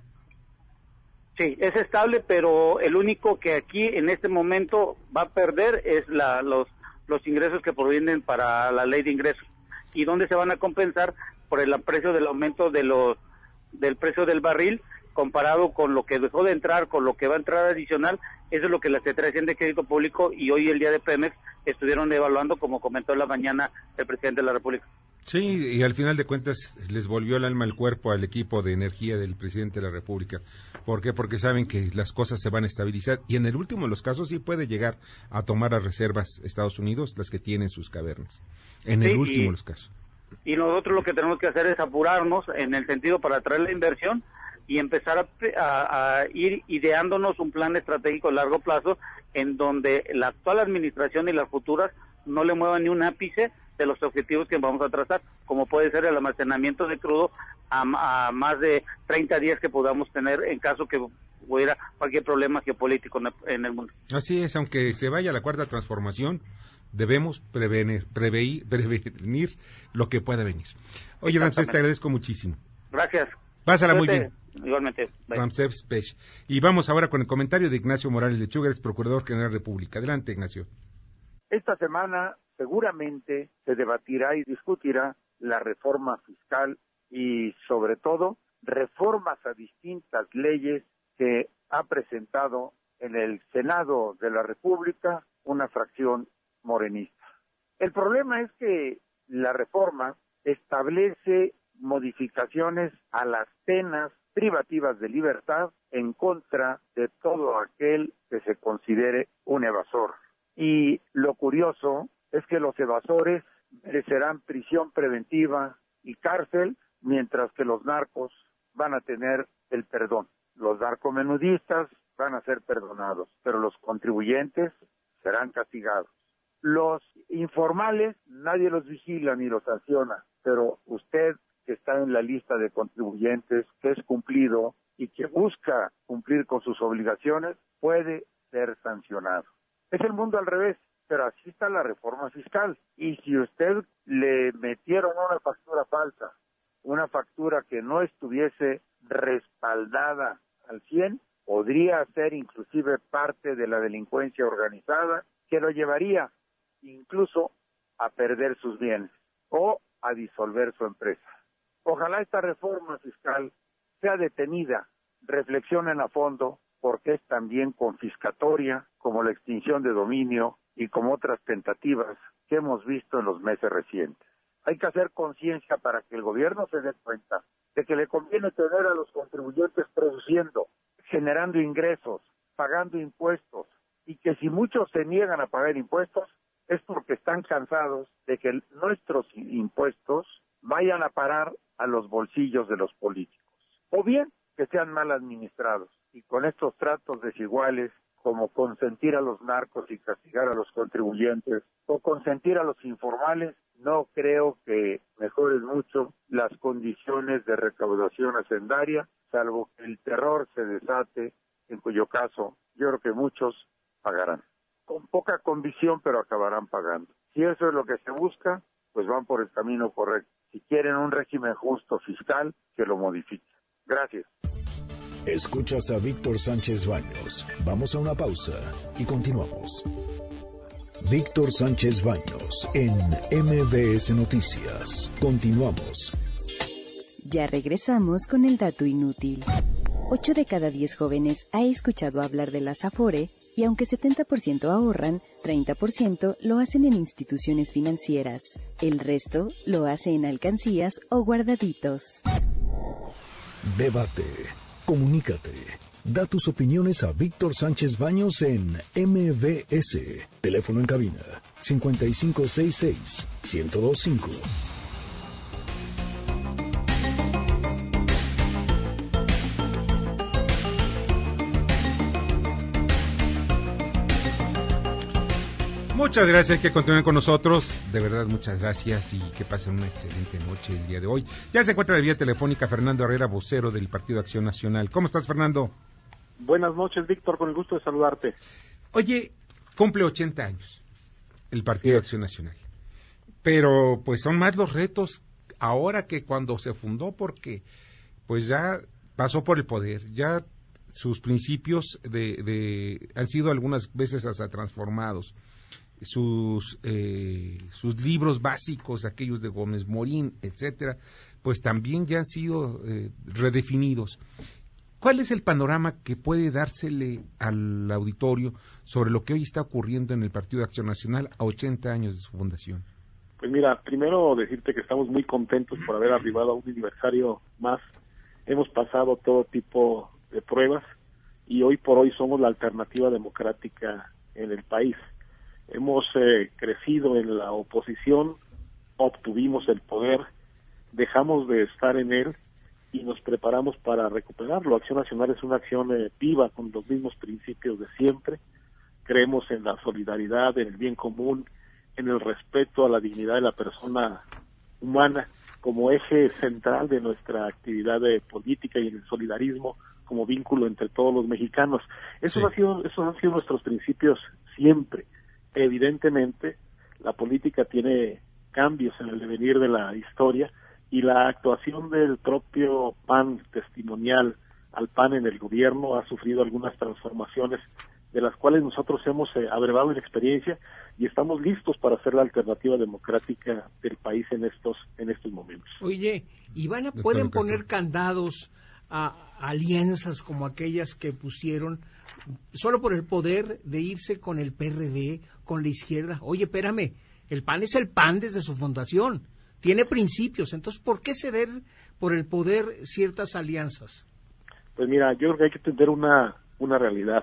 Sí, es estable, pero el único que aquí en este momento va a perder es la, los, los ingresos que provienen para la ley de ingresos. ¿Y dónde se van a compensar? Por el precio del aumento de los del precio del barril, comparado con lo que dejó de entrar, con lo que va a entrar adicional. Eso es lo que la Secretaría de Crédito Público y hoy el día de Pemex estuvieron evaluando, como comentó en la mañana el presidente de la República. Sí, y al final de cuentas les volvió el alma al cuerpo al equipo de energía del presidente de la República. ¿Por qué? Porque saben que las cosas se van a estabilizar y en el último de los casos sí puede llegar a tomar a reservas Estados Unidos, las que tienen sus cavernas. En el sí, último de los casos. Y nosotros lo que tenemos que hacer es apurarnos en el sentido para atraer la inversión y empezar a, a, a ir ideándonos un plan estratégico a largo plazo en donde la actual administración y las futuras no le muevan ni un ápice de los objetivos que vamos a trazar, como puede ser el almacenamiento de crudo a, a más de treinta días que podamos tener en caso que hubiera cualquier problema geopolítico en el, en el mundo. Así es, aunque se vaya a la cuarta transformación, debemos prevenir, prevenir, prevenir lo que pueda venir. Oye, Ramsés, te agradezco muchísimo. Gracias. Pásala muy bien. Igualmente. Ramsés Pech. Y vamos ahora con el comentario de Ignacio Morales Lechuga, ex Procurador General de la República. Adelante, Ignacio. Esta semana seguramente se debatirá y discutirá la reforma fiscal y, sobre todo, reformas a distintas leyes que ha presentado en el Senado de la República una fracción morenista. El problema es que la reforma establece modificaciones a las penas privativas de libertad en contra de todo aquel que se considere un evasor. Y lo curioso es que los evasores merecerán prisión preventiva y cárcel, mientras que los narcos van a tener el perdón. Los narcomenudistas van a ser perdonados, pero los contribuyentes serán castigados. Los informales nadie los vigila ni los sanciona, pero usted que está en la lista de contribuyentes, que es cumplido y que busca cumplir con sus obligaciones, puede ser sancionado. Es el mundo al revés, pero así está la reforma fiscal. Y si usted le metieron una factura falsa, una factura que no estuviese respaldada al cien, podría ser inclusive parte de la delincuencia organizada, que lo llevaría incluso a perder sus bienes o a disolver su empresa. Ojalá esta reforma fiscal sea detenida, reflexionen a fondo, porque es también confiscatoria, como la extinción de dominio y como otras tentativas que hemos visto en los meses recientes. Hay que hacer conciencia para que el gobierno se dé cuenta de que le conviene tener a los contribuyentes produciendo, generando ingresos, pagando impuestos, y que si muchos se niegan a pagar impuestos es porque están cansados de que nuestros impuestos vayan a parar a los bolsillos de los políticos, o bien que sean mal administrados, y con estos tratos desiguales, como consentir a los narcos y castigar a los contribuyentes, o consentir a los informales, no creo que mejoren mucho las condiciones de recaudación hacendaria, salvo que el terror se desate, en cuyo caso yo creo que muchos pagarán. Con poca convicción, pero acabarán pagando. Si eso es lo que se busca, pues van por el camino correcto. Si quieren un régimen justo fiscal, que lo modifiquen. Gracias. Escuchas a Víctor Sánchez Baños. Vamos a una pausa y continuamos. Víctor Sánchez Baños en M B S Noticias. Continuamos. Ya regresamos con el dato inútil. ocho de cada diez jóvenes ha escuchado hablar de las Afore y aunque setenta por ciento ahorran, treinta por ciento lo hacen en instituciones financieras. El resto lo hace en alcancías o guardaditos. Debate. Comunícate. Da tus opiniones a Víctor Sánchez Baños en M B S. Teléfono en cabina cincuenta y cinco sesenta y seis, ciento veinticinco. Muchas gracias, que continúen con nosotros. De verdad, muchas gracias y que pasen una excelente noche el día de hoy. Ya se encuentra de vía telefónica Fernando Herrera, vocero del Partido Acción Nacional. ¿Cómo estás, Fernando? Buenas noches, Víctor, con el gusto de saludarte. Oye, cumple ochenta años el Partido Acción Nacional. Pero pues son más los retos ahora que cuando se fundó, porque pues ya pasó por el poder, ya sus principios de, de han sido algunas veces hasta transformados. Sus eh, sus libros básicos, aquellos de Gómez Morín, etcétera, pues también ya han sido eh, redefinidos. ¿Cuál es el panorama que puede dársele al auditorio sobre lo que hoy está ocurriendo en el Partido de Acción Nacional a ochenta años de su fundación? Pues mira, primero decirte que estamos muy contentos por haber arribado a un aniversario más. Hemos pasado todo tipo de pruebas y hoy por hoy somos la alternativa democrática en el país. Hemos eh, crecido en la oposición, obtuvimos el poder, dejamos de estar en él y nos preparamos para recuperarlo. Acción Nacional es una acción eh, viva con los mismos principios de siempre. Creemos en la solidaridad, en el bien común, en el respeto a la dignidad de la persona humana como eje central de nuestra actividad de política y en el solidarismo como vínculo entre todos los mexicanos. Eso sí. ha sido, esos han sido nuestros principios siempre. Evidentemente, la política tiene cambios en el devenir de la historia y la actuación del propio P A N testimonial al P A N en el gobierno ha sufrido algunas transformaciones de las cuales nosotros hemos eh, abrevado en experiencia y estamos listos para ser la alternativa democrática del país en estos en estos momentos. Oye, Ivana, ¿pueden poner candados a alianzas como aquellas que pusieron solo por el poder de irse con el P R D, con la izquierda? Oye, espérame, el P A N es el P A N desde su fundación, tiene principios, entonces ¿por qué ceder por el poder ciertas alianzas? Pues mira, yo creo que hay que entender una, una realidad.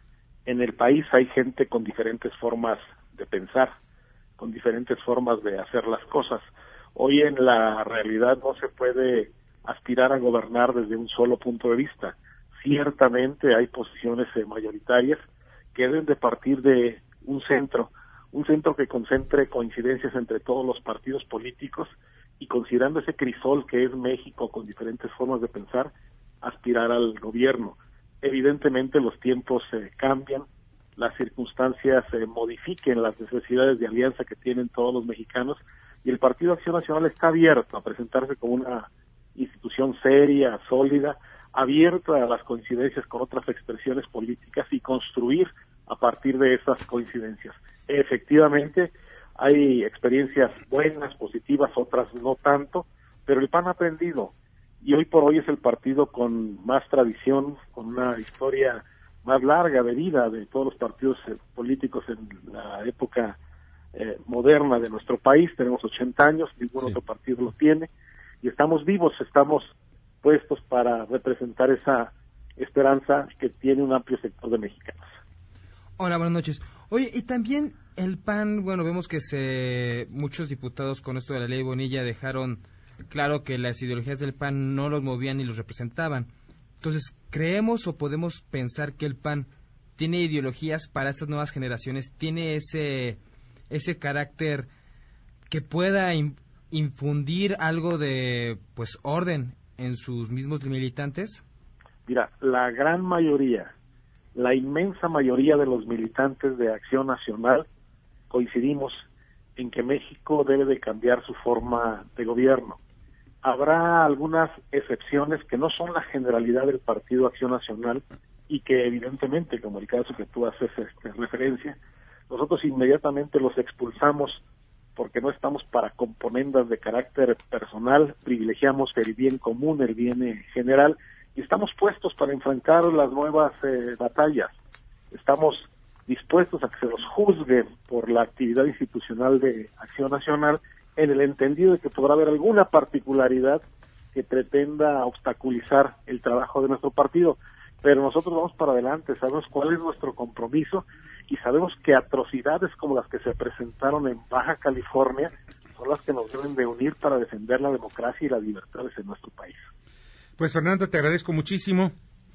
En el país hay gente con diferentes formas de pensar, con diferentes formas de hacer las cosas. Hoy en la realidad no se puede aspirar a gobernar desde un solo punto de vista. Ciertamente hay posiciones eh, mayoritarias que deben de partir de un centro, un centro que concentre coincidencias entre todos los partidos políticos y considerando ese crisol que es México con diferentes formas de pensar, aspirar al gobierno. Evidentemente los tiempos eh, cambian, las circunstancias eh, modifiquen las necesidades de alianza que tienen todos los mexicanos y el Partido Acción Nacional está abierto a presentarse como una institución seria, sólida, abierta a las coincidencias con otras expresiones políticas y construir a partir de esas coincidencias. Efectivamente, hay experiencias buenas, positivas, otras no tanto, pero el P A N ha aprendido y hoy por hoy es el partido con más tradición, con una historia más larga de vida de todos los partidos eh, políticos en la época eh, moderna de nuestro país. Tenemos ochenta años, ningún sí. otro partido lo tiene y estamos vivos, estamos puestos para representar esa esperanza que tiene un amplio sector de mexicanos. Hola, buenas noches. Oye, y también el P A N, bueno, vemos que se muchos diputados con esto de la ley Bonilla dejaron claro que las ideologías del P A N no los movían ni los representaban. Entonces, ¿creemos o podemos pensar que el P A N tiene ideologías para estas nuevas generaciones? ¿Tiene ese, ese carácter que pueda in, infundir algo de pues orden en sus mismos militantes? Mira, la gran mayoría, la inmensa mayoría de los militantes de Acción Nacional coincidimos en que México debe de cambiar su forma de gobierno. Habrá algunas excepciones que no son la generalidad del Partido Acción Nacional y que evidentemente, como el caso que tú haces este, referencia, nosotros inmediatamente los expulsamos porque no estamos para componendas de carácter personal, privilegiamos el bien común, el bien eh, general, y estamos puestos para enfrentar las nuevas eh, batallas. Estamos dispuestos a que se los juzgue por la actividad institucional de Acción Nacional, en el entendido de que podrá haber alguna particularidad que pretenda obstaculizar el trabajo de nuestro partido. Pero nosotros vamos para adelante, sabemos cuál es nuestro compromiso y sabemos que atrocidades como las que se presentaron en Baja California son las que nos deben de unir para defender la democracia y las libertades en nuestro país. Pues Fernando, te agradezco muchísimo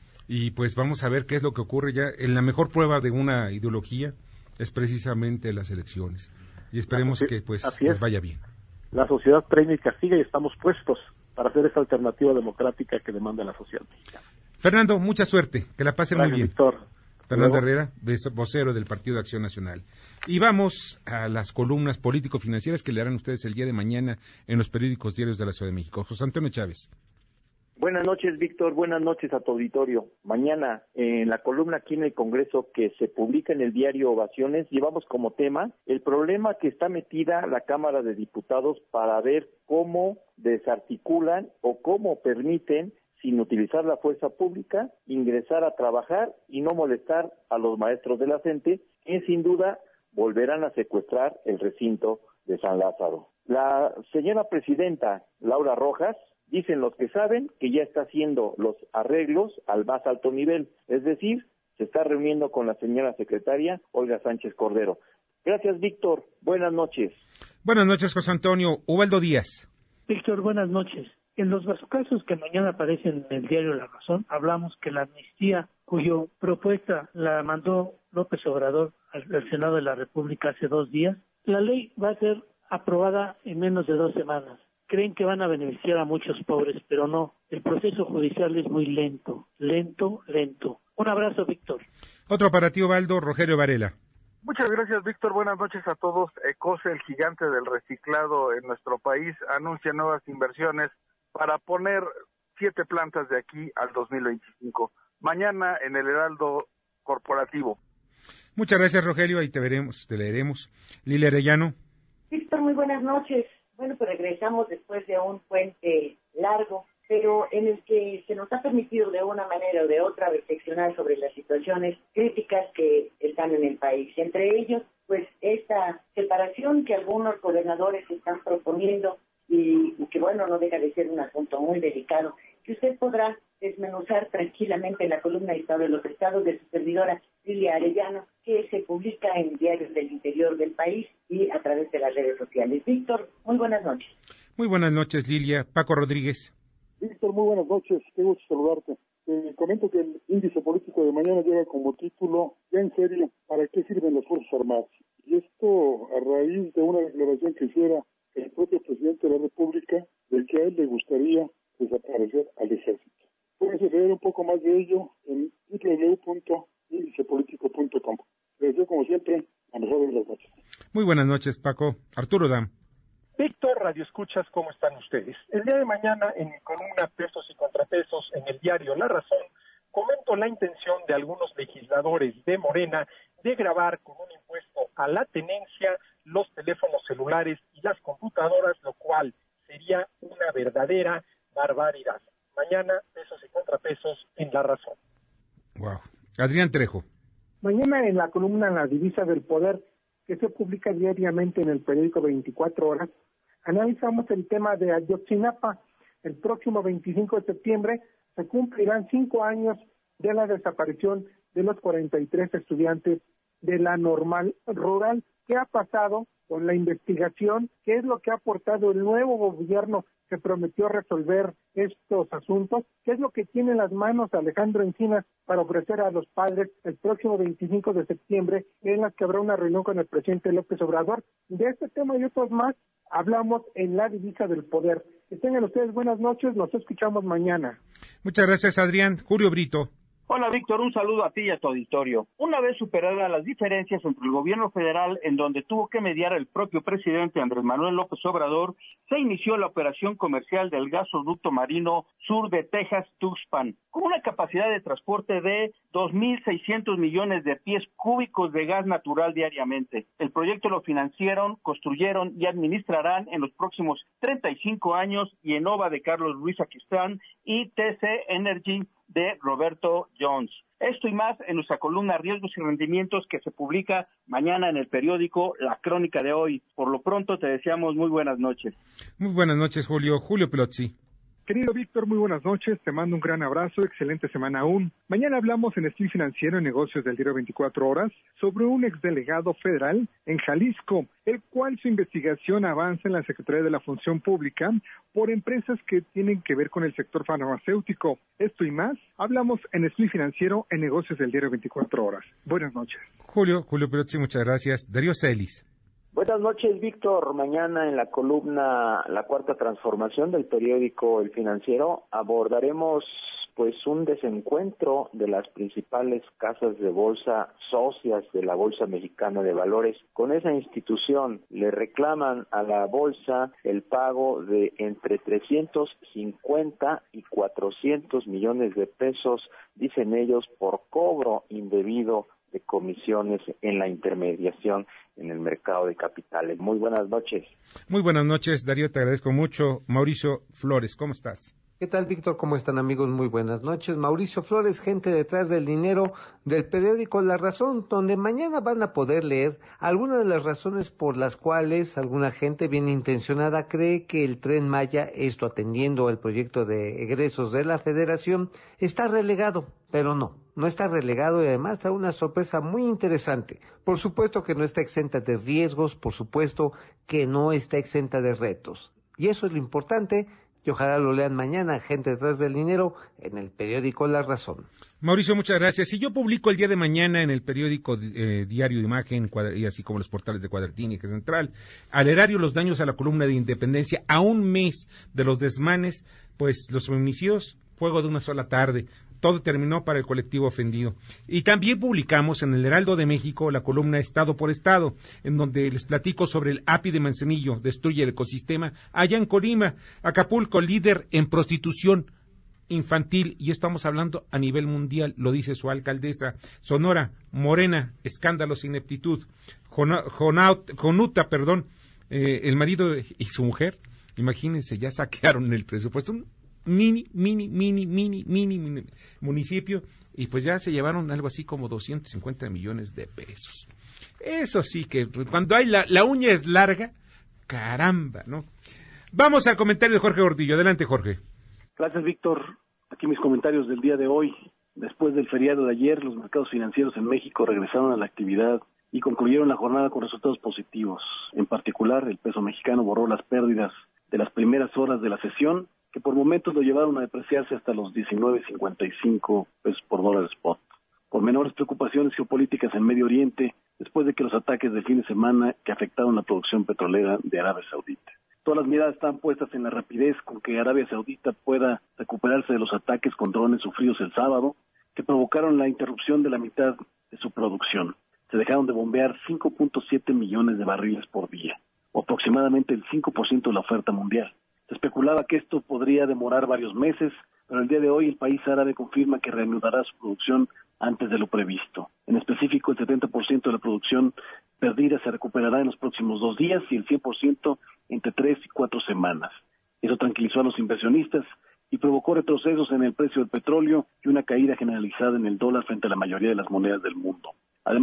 y pues vamos a ver qué es lo que ocurre ya. En la mejor prueba de una ideología es precisamente las elecciones y esperemos que pues les vaya bien. La sociedad premia y castiga y estamos puestos para hacer esa alternativa democrática que demanda la sociedad mexicana. Fernando, mucha suerte, que la pasen Gracias, muy bien. Víctor. Fernando Herrera, vocero del Partido de Acción Nacional. Y vamos a las columnas político-financieras que le harán ustedes el día de mañana en los periódicos diarios de la Ciudad de México. José Antonio Chávez. Buenas noches, Víctor. Buenas noches a tu auditorio. Mañana, en la columna aquí en el Congreso que se publica en el diario Ovaciones, llevamos como tema el problema que está metida la Cámara de Diputados para ver cómo desarticulan o cómo permiten, sin utilizar la fuerza pública, ingresar a trabajar y no molestar a los maestros de la CENTE, que sin duda volverán a secuestrar el recinto de San Lázaro. La señora presidenta Laura Rojas, dicen los que saben que ya está haciendo los arreglos al más alto nivel, es decir, se está reuniendo con la señora secretaria Olga Sánchez Cordero. Gracias, Víctor. Buenas noches. Buenas noches, José Antonio. Ubaldo Díaz. Víctor, buenas noches. En los casos que mañana aparecen en el diario La Razón, hablamos que la amnistía, cuya propuesta la mandó López Obrador al, al Senado de la República hace dos días, la ley va a ser aprobada en menos de dos semanas. Creen que van a beneficiar a muchos pobres, pero no. El proceso judicial es muy lento, lento, lento. Un abrazo, Víctor. Otro para ti, Ubaldo, Rogelio Varela. Muchas gracias, Víctor. Buenas noches a todos. Ecose, el gigante del reciclado en nuestro país, anuncia nuevas inversiones para poner siete plantas de aquí al dos mil veinticinco. Mañana en el Heraldo Corporativo. Muchas gracias, Rogelio. Ahí te veremos, te leeremos. Lilia Arellano. Víctor, muy buenas noches. Bueno, pues regresamos después de un puente largo, pero en el que se nos ha permitido de una manera o de otra reflexionar sobre las situaciones críticas que están en el país. Entre ellos, pues esta separación que algunos gobernadores están proponiendo y, y que, bueno, no deja de ser un asunto muy delicado, que usted podrá desmenuzar tranquilamente en la columna de Estado de los Estados de su servidora Lilia Arellano, que se publica en diarios del interior del país y a través de las redes sociales. Víctor, muy buenas noches. Muy buenas noches, Lilia. Paco Rodríguez. Víctor, muy buenas noches. Qué gusto saludarte. Te comento que el índice político de mañana lleva como título, ya en serio, ¿para qué sirven las Fuerzas Armadas? Y esto a raíz de una declaración que hiciera el propio presidente de la República de que a él le gustaría desaparecer al ejército. Puedes leer un poco más de ello en doble u doble u doble u punto índice político punto com. Les deseo, como siempre, la mejor de las noches. Muy buenas noches, Paco. Arturo Dam. Víctor, Radio Escuchas, ¿cómo están ustedes? El día de mañana, en mi columna Pesos y Contrapesos, en el diario La Razón, comento la intención de algunos legisladores de Morena de grabar con un impuesto a la tenencia los teléfonos celulares y las computadoras, lo cual sería una verdadera barbaridad. Mañana, Pesos y Contrapesos en La Razón. Wow. Adrián Trejo. Mañana en la columna La Divisa del Poder, que se publica diariamente en el periódico veinticuatro horas, analizamos el tema de Ayotzinapa, el próximo veinticinco de septiembre se cumplirán cinco años de la desaparición de los cuarenta y tres estudiantes de la Normal Rural. ¿Qué ha pasado con la investigación? ¿Qué es lo que ha aportado el nuevo gobierno que prometió resolver estos asuntos? ¿Qué es lo que tiene en las manos Alejandro Encinas para ofrecer a los padres el próximo veinticinco de septiembre, en la que habrá una reunión con el presidente López Obrador? De este tema y otros más hablamos en La Divisa del Poder. Que tengan ustedes buenas noches, nos escuchamos mañana. Muchas gracias, Adrián. Julio Brito. Hola, Víctor, un saludo a ti y a tu auditorio. Una vez superadas las diferencias entre el gobierno federal, en donde tuvo que mediar el propio presidente Andrés Manuel López Obrador, se inició la operación comercial del gasoducto marino sur de Texas-Tuxpan, con una capacidad de transporte de dos mil seiscientos millones de pies cúbicos de gas natural diariamente. El proyecto lo financiaron, construyeron y administrarán en los próximos treinta y cinco años Yenova de Carlos Ruiz Aquistán y T C Energy de Roberto Jones. Esto y más en nuestra columna Riesgos y Rendimientos, que se publica mañana en el periódico La Crónica de Hoy. Por lo pronto te deseamos muy buenas noches. Muy buenas noches, Julio. Julio Pelozzi. Querido Víctor, muy buenas noches, te mando un gran abrazo, excelente semana aún. Mañana hablamos en Estilo Financiero en Negocios del Diario veinticuatro Horas sobre un exdelegado federal en Jalisco, el cual su investigación avanza en la Secretaría de la Función Pública por empresas que tienen que ver con el sector farmacéutico. Esto y más, hablamos en Estilo Financiero en Negocios del Diario veinticuatro Horas. Buenas noches. Julio, Julio Pelozzi, muchas gracias. Darío Celis. Buenas noches, Víctor. Mañana en la columna La Cuarta Transformación del periódico El Financiero abordaremos pues un desencuentro de las principales casas de bolsa socias de la Bolsa Mexicana de Valores con esa institución. Le reclaman a la bolsa el pago de entre trescientos cincuenta y cuatrocientos millones de pesos, dicen ellos, por cobro indebido de comisiones en la intermediación en el mercado de capitales. Muy buenas noches. Muy buenas noches, Darío, te agradezco mucho. Mauricio Flores, ¿cómo estás? ¿Qué tal, Víctor? ¿Cómo están, amigos? Muy buenas noches. Mauricio Flores, gente detrás del dinero del periódico La Razón, donde mañana van a poder leer algunas de las razones por las cuales alguna gente bien intencionada cree que el Tren Maya, esto atendiendo el proyecto de egresos de la Federación, está relegado, pero no. No está relegado y además trae una sorpresa muy interesante. Por supuesto que no está exenta de riesgos, por supuesto que no está exenta de retos. Y eso es lo importante, y ojalá lo lean mañana, gente detrás del dinero, en el periódico La Razón. Mauricio, muchas gracias. Si yo publico el día de mañana en el periódico eh, Diario de Imagen, y así como los portales de Cuadertini, que es Central, al erario los daños a la columna de Independencia, a un mes de los desmanes, pues los feminicidios, fuego de una sola tarde. Todo terminó para el colectivo ofendido. Y también publicamos en el Heraldo de México la columna Estado por Estado, en donde les platico sobre el A P I de Manzanillo, destruye el ecosistema. Allá en Colima, Acapulco, líder en prostitución infantil, y estamos hablando a nivel mundial, lo dice su alcaldesa. Sonora, Morena, escándalos, ineptitud. Jona, Jonaut, Jonuta, perdón, eh, el marido y su mujer, imagínense, ya saquearon el presupuesto. Un mini, mini, mini, mini, mini, mini municipio, y pues ya se llevaron algo así como doscientos cincuenta millones de pesos. Eso sí que cuando hay la, la uña es larga, caramba, ¿no? Vamos al comentario de Jorge Gordillo. Adelante, Jorge. Gracias, Víctor. Aquí mis comentarios del día de hoy. Después del feriado de ayer, los mercados financieros en México regresaron a la actividad y concluyeron la jornada con resultados positivos. En particular, el peso mexicano borró las pérdidas de las primeras horas de la sesión, que por momentos lo llevaron a depreciarse hasta los diecinueve cincuenta y cinco pesos por dólar spot. Por menores preocupaciones geopolíticas en Medio Oriente, después de que los ataques del fin de semana que afectaron la producción petrolera de Arabia Saudita. Todas las miradas están puestas en la rapidez con que Arabia Saudita pueda recuperarse de los ataques con drones sufridos el sábado, que provocaron la interrupción de la mitad de su producción. Se dejaron de bombear cinco punto siete millones de barriles por día, o aproximadamente el cinco por ciento de la oferta mundial. Se especulaba que esto podría demorar varios meses, pero el día de hoy el país árabe confirma que reanudará su producción antes de lo previsto. En específico, el setenta por ciento de la producción perdida se recuperará en los próximos dos días y el cien por ciento entre tres y cuatro semanas. Eso tranquilizó a los inversionistas y provocó retrocesos en el precio del petróleo y una caída generalizada en el dólar frente a la mayoría de las monedas del mundo. Además,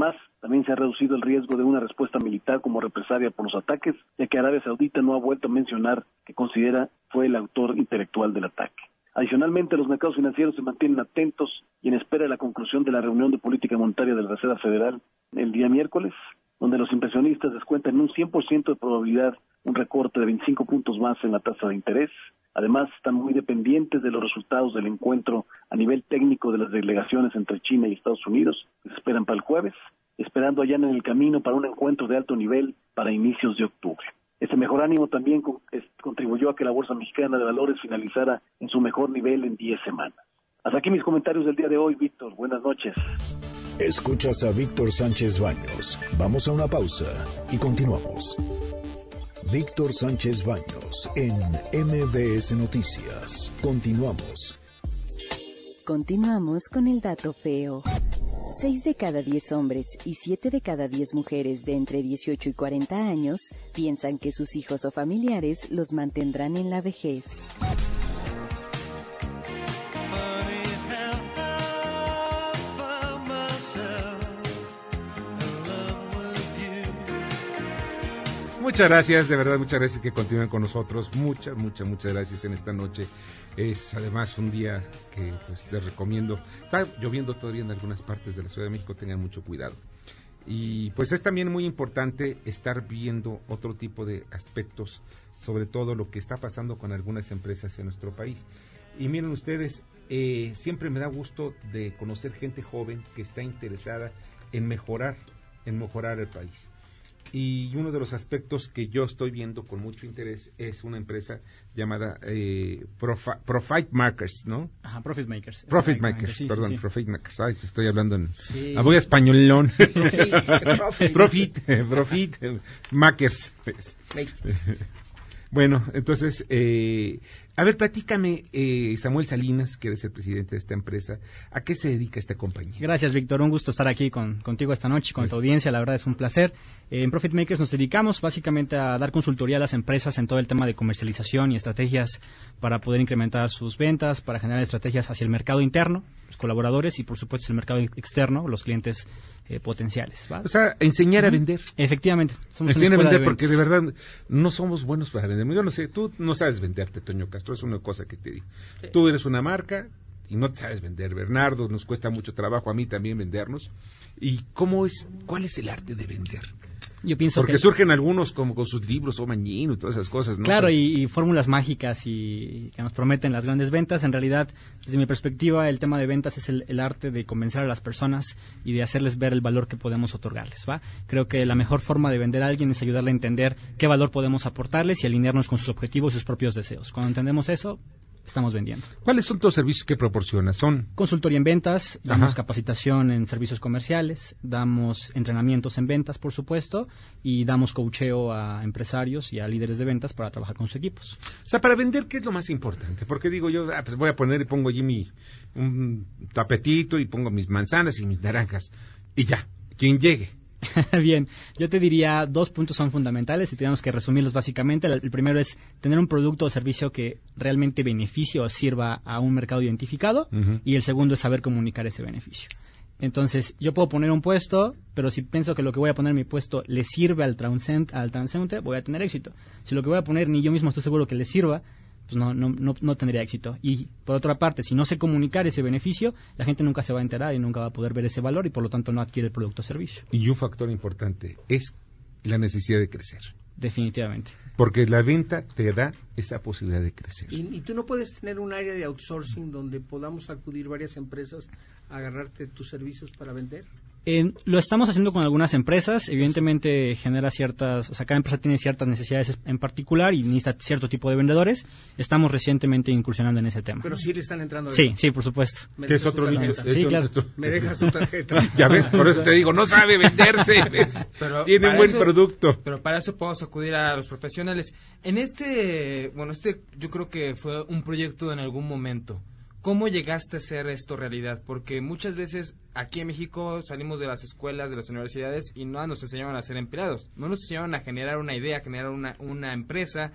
También se ha reducido el riesgo de una respuesta militar como represalia por los ataques, ya que Arabia Saudita no ha vuelto a mencionar que considera fue el autor intelectual del ataque. Adicionalmente, los mercados financieros se mantienen atentos y en espera de la conclusión de la reunión de política monetaria de la Reserva Federal el día miércoles, donde los inversionistas descuentan en un cien por ciento de probabilidad un recorte de veinticinco puntos más en la tasa de interés. Además, están muy dependientes de los resultados del encuentro a nivel técnico de las delegaciones entre China y Estados Unidos, que se esperan para el jueves, esperando allá en el camino para un encuentro de alto nivel para inicios de octubre. Este mejor ánimo también contribuyó a que la Bolsa Mexicana de Valores finalizara en su mejor nivel en diez semanas. Hasta aquí mis comentarios del día de hoy, Víctor. Buenas noches. Escuchas a Víctor Sánchez Baños. Vamos a una pausa y continuamos. Víctor Sánchez Baños en M B S Noticias. Continuamos. Continuamos con el dato feo. Seis de cada diez hombres y siete de cada diez mujeres de entre dieciocho y cuarenta años piensan que sus hijos o familiares los mantendrán en la vejez. Muchas gracias, de verdad, muchas gracias que continúen con nosotros. Muchas, muchas, muchas gracias en esta noche. Es además un día que pues les recomiendo. Está lloviendo todavía en algunas partes de la Ciudad de México, tengan mucho cuidado. Y pues es también muy importante estar viendo otro tipo de aspectos, sobre todo lo que está pasando con algunas empresas en nuestro país. Y miren ustedes, eh, siempre me da gusto de conocer gente joven que está interesada en mejorar, en mejorar el país. Y uno de los aspectos que yo estoy viendo con mucho interés es una empresa llamada eh, Profi- Profit Makers, ¿no? Ajá, Profit Makers. Profit Makers, sí, perdón, sí, sí. Profit Makers. Ay, estoy hablando en... Sí. Ah, voy a españolón. Profit, profit. Profit, Profit Makers. Bueno, entonces, eh, a ver, platícame, eh, Samuel Salinas, que eres el presidente de esta empresa, ¿a qué se dedica esta compañía? Gracias, Víctor, un gusto estar aquí con, contigo esta noche, con Gracias. Tu audiencia, la verdad es un placer. Eh, en Profit Makers nos dedicamos básicamente a dar consultoría a las empresas en todo el tema de comercialización y estrategias para poder incrementar sus ventas, para generar estrategias hacia el mercado interno, los colaboradores y por supuesto el mercado externo, los clientes eh, potenciales. ¿Va? O sea, enseñar a vender. Efectivamente. Somos enseñar a vender de porque de verdad no somos buenos para vender. Yo no sé, tú no sabes venderte, Toño Castro, es una cosa que te digo. Sí. Tú eres una marca y no te sabes vender. Bernardo, nos cuesta mucho trabajo a mí también vendernos. ¿Y cómo es, cuál es el arte de vender? Yo pienso Porque que surgen algunos como con sus libros, o Mañino y todas esas cosas, ¿no? Claro, y, y fórmulas mágicas y que nos prometen las grandes ventas. En realidad, desde mi perspectiva, el tema de ventas es el, el arte de convencer a las personas y de hacerles ver el valor que podemos otorgarles, ¿va? Creo que la mejor forma de vender a alguien es ayudarle a entender qué valor podemos aportarles y alinearnos con sus objetivos y sus propios deseos. Cuando entendemos eso, estamos vendiendo. ¿Cuáles son los servicios que proporcionas? Son consultoría en ventas, damos Ajá. capacitación en servicios comerciales, damos entrenamientos en ventas, por supuesto, y damos coacheo a empresarios y a líderes de ventas para trabajar con sus equipos. O sea, para vender, ¿qué es lo más importante? Porque digo yo, ah, pues voy a poner y pongo allí mi un tapetito y pongo mis manzanas y mis naranjas y ya, quien llegue. Bien, yo te diría dos puntos son fundamentales y tenemos que resumirlos básicamente. El primero es tener un producto o servicio que realmente beneficie o sirva a un mercado identificado uh-huh. y el segundo es saber comunicar ese beneficio. Entonces, yo puedo poner un puesto, pero si pienso que lo que voy a poner en mi puesto le sirve al, transeúnte, al transeúnte, voy a tener éxito. Si lo que voy a poner ni yo mismo estoy seguro que le sirva, pues no, no, no, no tendría éxito. Y por otra parte, si no sé comunicar ese beneficio, la gente nunca se va a enterar y nunca va a poder ver ese valor y por lo tanto no adquiere el producto o servicio. Y un factor importante es la necesidad de crecer. Definitivamente. Porque la venta te da esa posibilidad de crecer. ¿Y, y tú no puedes tener un área de outsourcing donde podamos acudir varias empresas a agarrarte tus servicios para vender? Eh, lo estamos haciendo con algunas empresas, evidentemente genera ciertas, o sea, cada empresa tiene ciertas necesidades en particular y necesita cierto tipo de vendedores. Estamos recientemente incursionando en ese tema. Pero sí le están entrando. Sí, sí, por supuesto. ¿Qué es otro nicho? Sí, claro. Me dejas tu tarjeta. Ya ves, por eso te digo, no sabe venderse, ¿ves? Pero tiene un buen eso, producto. Pero para eso podemos acudir a los profesionales. En este, bueno, este yo creo que fue un proyecto en algún momento. ¿Cómo llegaste a hacer esto realidad? Porque muchas veces aquí en México salimos de las escuelas, de las universidades y no nos enseñaban a ser empleados. No nos enseñaban a generar una idea, a generar una, una empresa,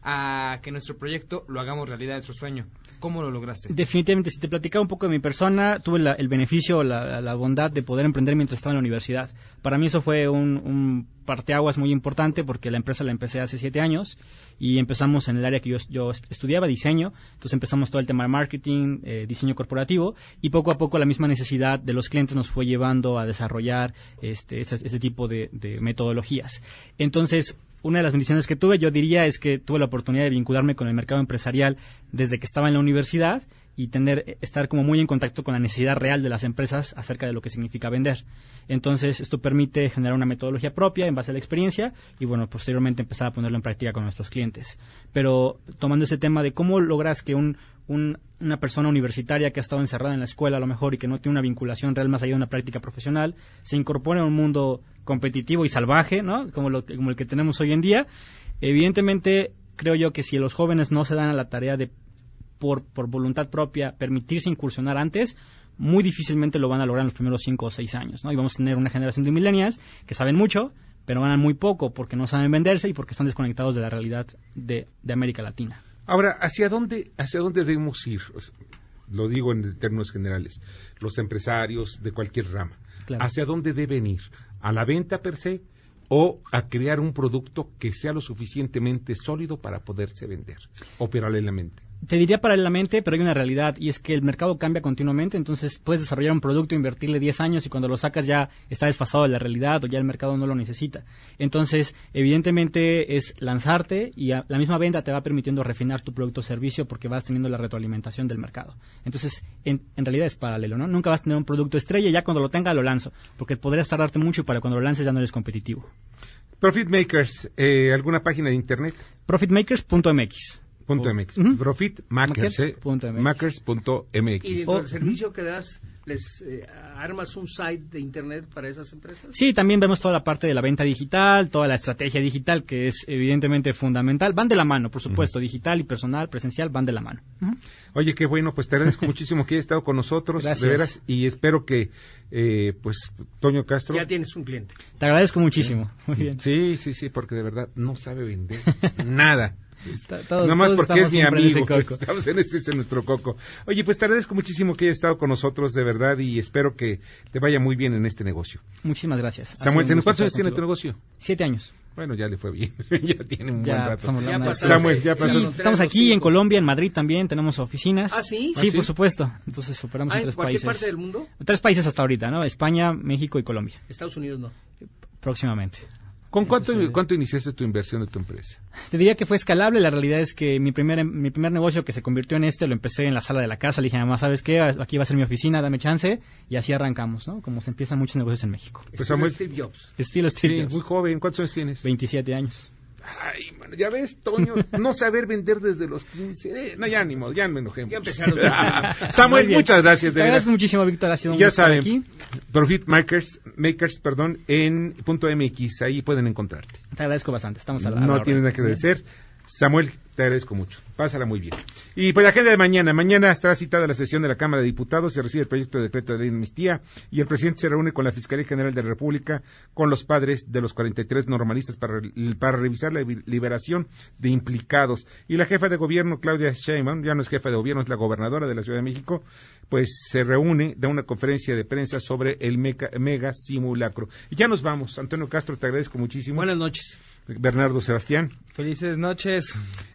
a que nuestro proyecto lo hagamos realidad, nuestro sueño? ¿Cómo lo lograste? Definitivamente, si te platicaba un poco de mi persona, tuve la, el beneficio, la, la bondad de poder emprender mientras estaba en la universidad. Para mí eso fue un, un parteaguas muy importante porque la empresa la empecé hace siete años y empezamos en el área que yo, yo estudiaba, diseño. Entonces empezamos todo el tema de marketing, eh, diseño corporativo, y poco a poco la misma necesidad de los clientes nos fue llevando a desarrollar este, este, este tipo de, de metodologías. Entonces, una de las bendiciones que tuve, yo diría, es que tuve la oportunidad de vincularme con el mercado empresarial desde que estaba en la universidad y tener, estar como muy en contacto con la necesidad real de las empresas acerca de lo que significa vender. Entonces, esto permite generar una metodología propia en base a la experiencia y, bueno, posteriormente empezar a ponerlo en práctica con nuestros clientes. Pero tomando ese tema de cómo logras que un, un, una persona universitaria que ha estado encerrada en la escuela a lo mejor y que no tiene una vinculación real más allá de una práctica profesional, se incorpore a un mundo competitivo y salvaje, ¿no? Como, lo, como el que tenemos hoy en día. Evidentemente, creo yo que si los jóvenes no se dan a la tarea de Por, por voluntad propia, permitirse incursionar antes, muy difícilmente lo van a lograr en los primeros cinco o seis años, ¿no? Y vamos a tener una generación de millennials que saben mucho, pero ganan muy poco porque no saben venderse y porque están desconectados de la realidad de, de América Latina. Ahora, ¿hacia dónde, hacia dónde debemos ir? O sea, lo digo en términos generales, los empresarios de cualquier rama. Claro. ¿Hacia dónde deben ir? ¿A la venta per se o a crear un producto que sea lo suficientemente sólido para poderse vender? ¿O paralelamente? Te diría paralelamente, pero hay una realidad, y es que el mercado cambia continuamente, entonces puedes desarrollar un producto, invertirle diez años, y cuando lo sacas ya está desfasado de la realidad, o ya el mercado no lo necesita. Entonces, evidentemente, es lanzarte, y a, la misma venta te va permitiendo refinar tu producto o servicio, porque vas teniendo la retroalimentación del mercado. Entonces, en, en realidad es paralelo, ¿no? Nunca vas a tener un producto estrella, y ya cuando lo tenga lo lanzo, porque podrías tardarte mucho, y para cuando lo lances ya no eres competitivo. Profit Makers, eh, ¿alguna página de internet? profit makers punto m x. Punto MX. Uh-huh. Profit Makers, eh, makers punto m x. ¿Y dentro del servicio que das, les eh, armas un site de internet para esas empresas? Sí, también vemos toda la parte de la venta digital, toda la estrategia digital, que es evidentemente fundamental. Van de la mano, por supuesto, uh-huh. Digital y personal, presencial, van de la mano. Uh-huh. Oye, qué bueno, pues te agradezco muchísimo que hayas estado con nosotros, Gracias. De veras, y espero que, eh, pues, Toño Castro... Ya tienes un cliente. Te agradezco muchísimo. Sí. Muy bien. Sí, sí, sí, porque de verdad no sabe vender nada. Todos, Nada más porque es mi amigo. En ese estamos en ese, ese es nuestro coco. Oye, pues te agradezco muchísimo que hayas estado con nosotros, de verdad, y espero que te vaya muy bien en este negocio. Muchísimas gracias. Samuel, ¿cuántos años tiene tu negocio? Siete años. Bueno, ya le fue bien. Ya tiene un ya buen rato. Ya ya Samuel, ya pasó. Sí, estamos aquí en Colombia, en Madrid también, tenemos oficinas. ¿Ah, sí? Sí, ¿Ah, sí? por supuesto. Entonces operamos ¿Ah, en tres en cualquier países. parte del mundo? Tres países hasta ahorita, ¿no? España, México y Colombia. Estados Unidos no. Próximamente. ¿Con cuánto, cuánto iniciaste tu inversión de tu empresa? Te diría que fue escalable. La realidad es que mi primer mi primer negocio que se convirtió en este lo empecé en la sala de la casa. Le dije, mamá, ¿sabes qué? Aquí va a ser mi oficina, dame chance. Y así arrancamos, ¿no? Como se empiezan muchos negocios en México. Pues Samuel, Steve Jobs. Estilo Steve sí, Jobs. Muy joven. ¿Cuántos años tienes? veintisiete años. Ay, bueno, ya ves, Toño, no saber vender desde los quince. Eh, no, ya ni modo, ya me enojé. Ya empezaron. Samuel, muchas gracias. De Te agradezco muchísimo, Víctor. Ha sido un ya gusto estar saben, aquí. Profit Makers, Makers, perdón, en punto .mx, ahí pueden encontrarte. Te agradezco bastante, estamos a la, a No la tienes nada que agradecer. Samuel, te agradezco mucho. Pásala muy bien. Y pues la agenda de mañana. Mañana estará citada la sesión de la Cámara de Diputados. Se recibe el proyecto de decreto de ley de amnistía y el presidente se reúne con la Fiscalía General de la República, con los padres de los cuarenta y tres normalistas para, para revisar la liberación de implicados. Y la jefa de gobierno, Claudia Sheinbaum, ya no es jefa de gobierno, es la gobernadora de la Ciudad de México, pues se reúne, da una conferencia de prensa sobre el mega, mega simulacro. Y ya nos vamos. Antonio Castro, te agradezco muchísimo. Buenas noches. Bernardo Sebastián. Felices noches.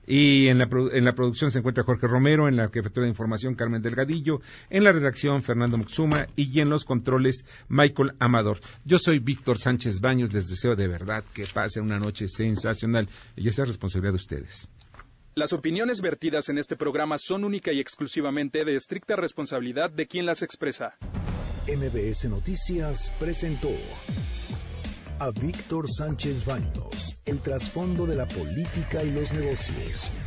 Y en la, en la producción se encuentra Jorge Romero, en la jefatura de información Carmen Delgadillo, en la redacción Fernando Muxuma y en los controles Michael Amador. Yo soy Víctor Sánchez Baños, les deseo de verdad que pasen una noche sensacional y esa es responsabilidad de ustedes. Las opiniones vertidas en este programa son única y exclusivamente de estricta responsabilidad de quien las expresa. M B S Noticias presentó a Víctor Sánchez Baños, el trasfondo de la política y los negocios.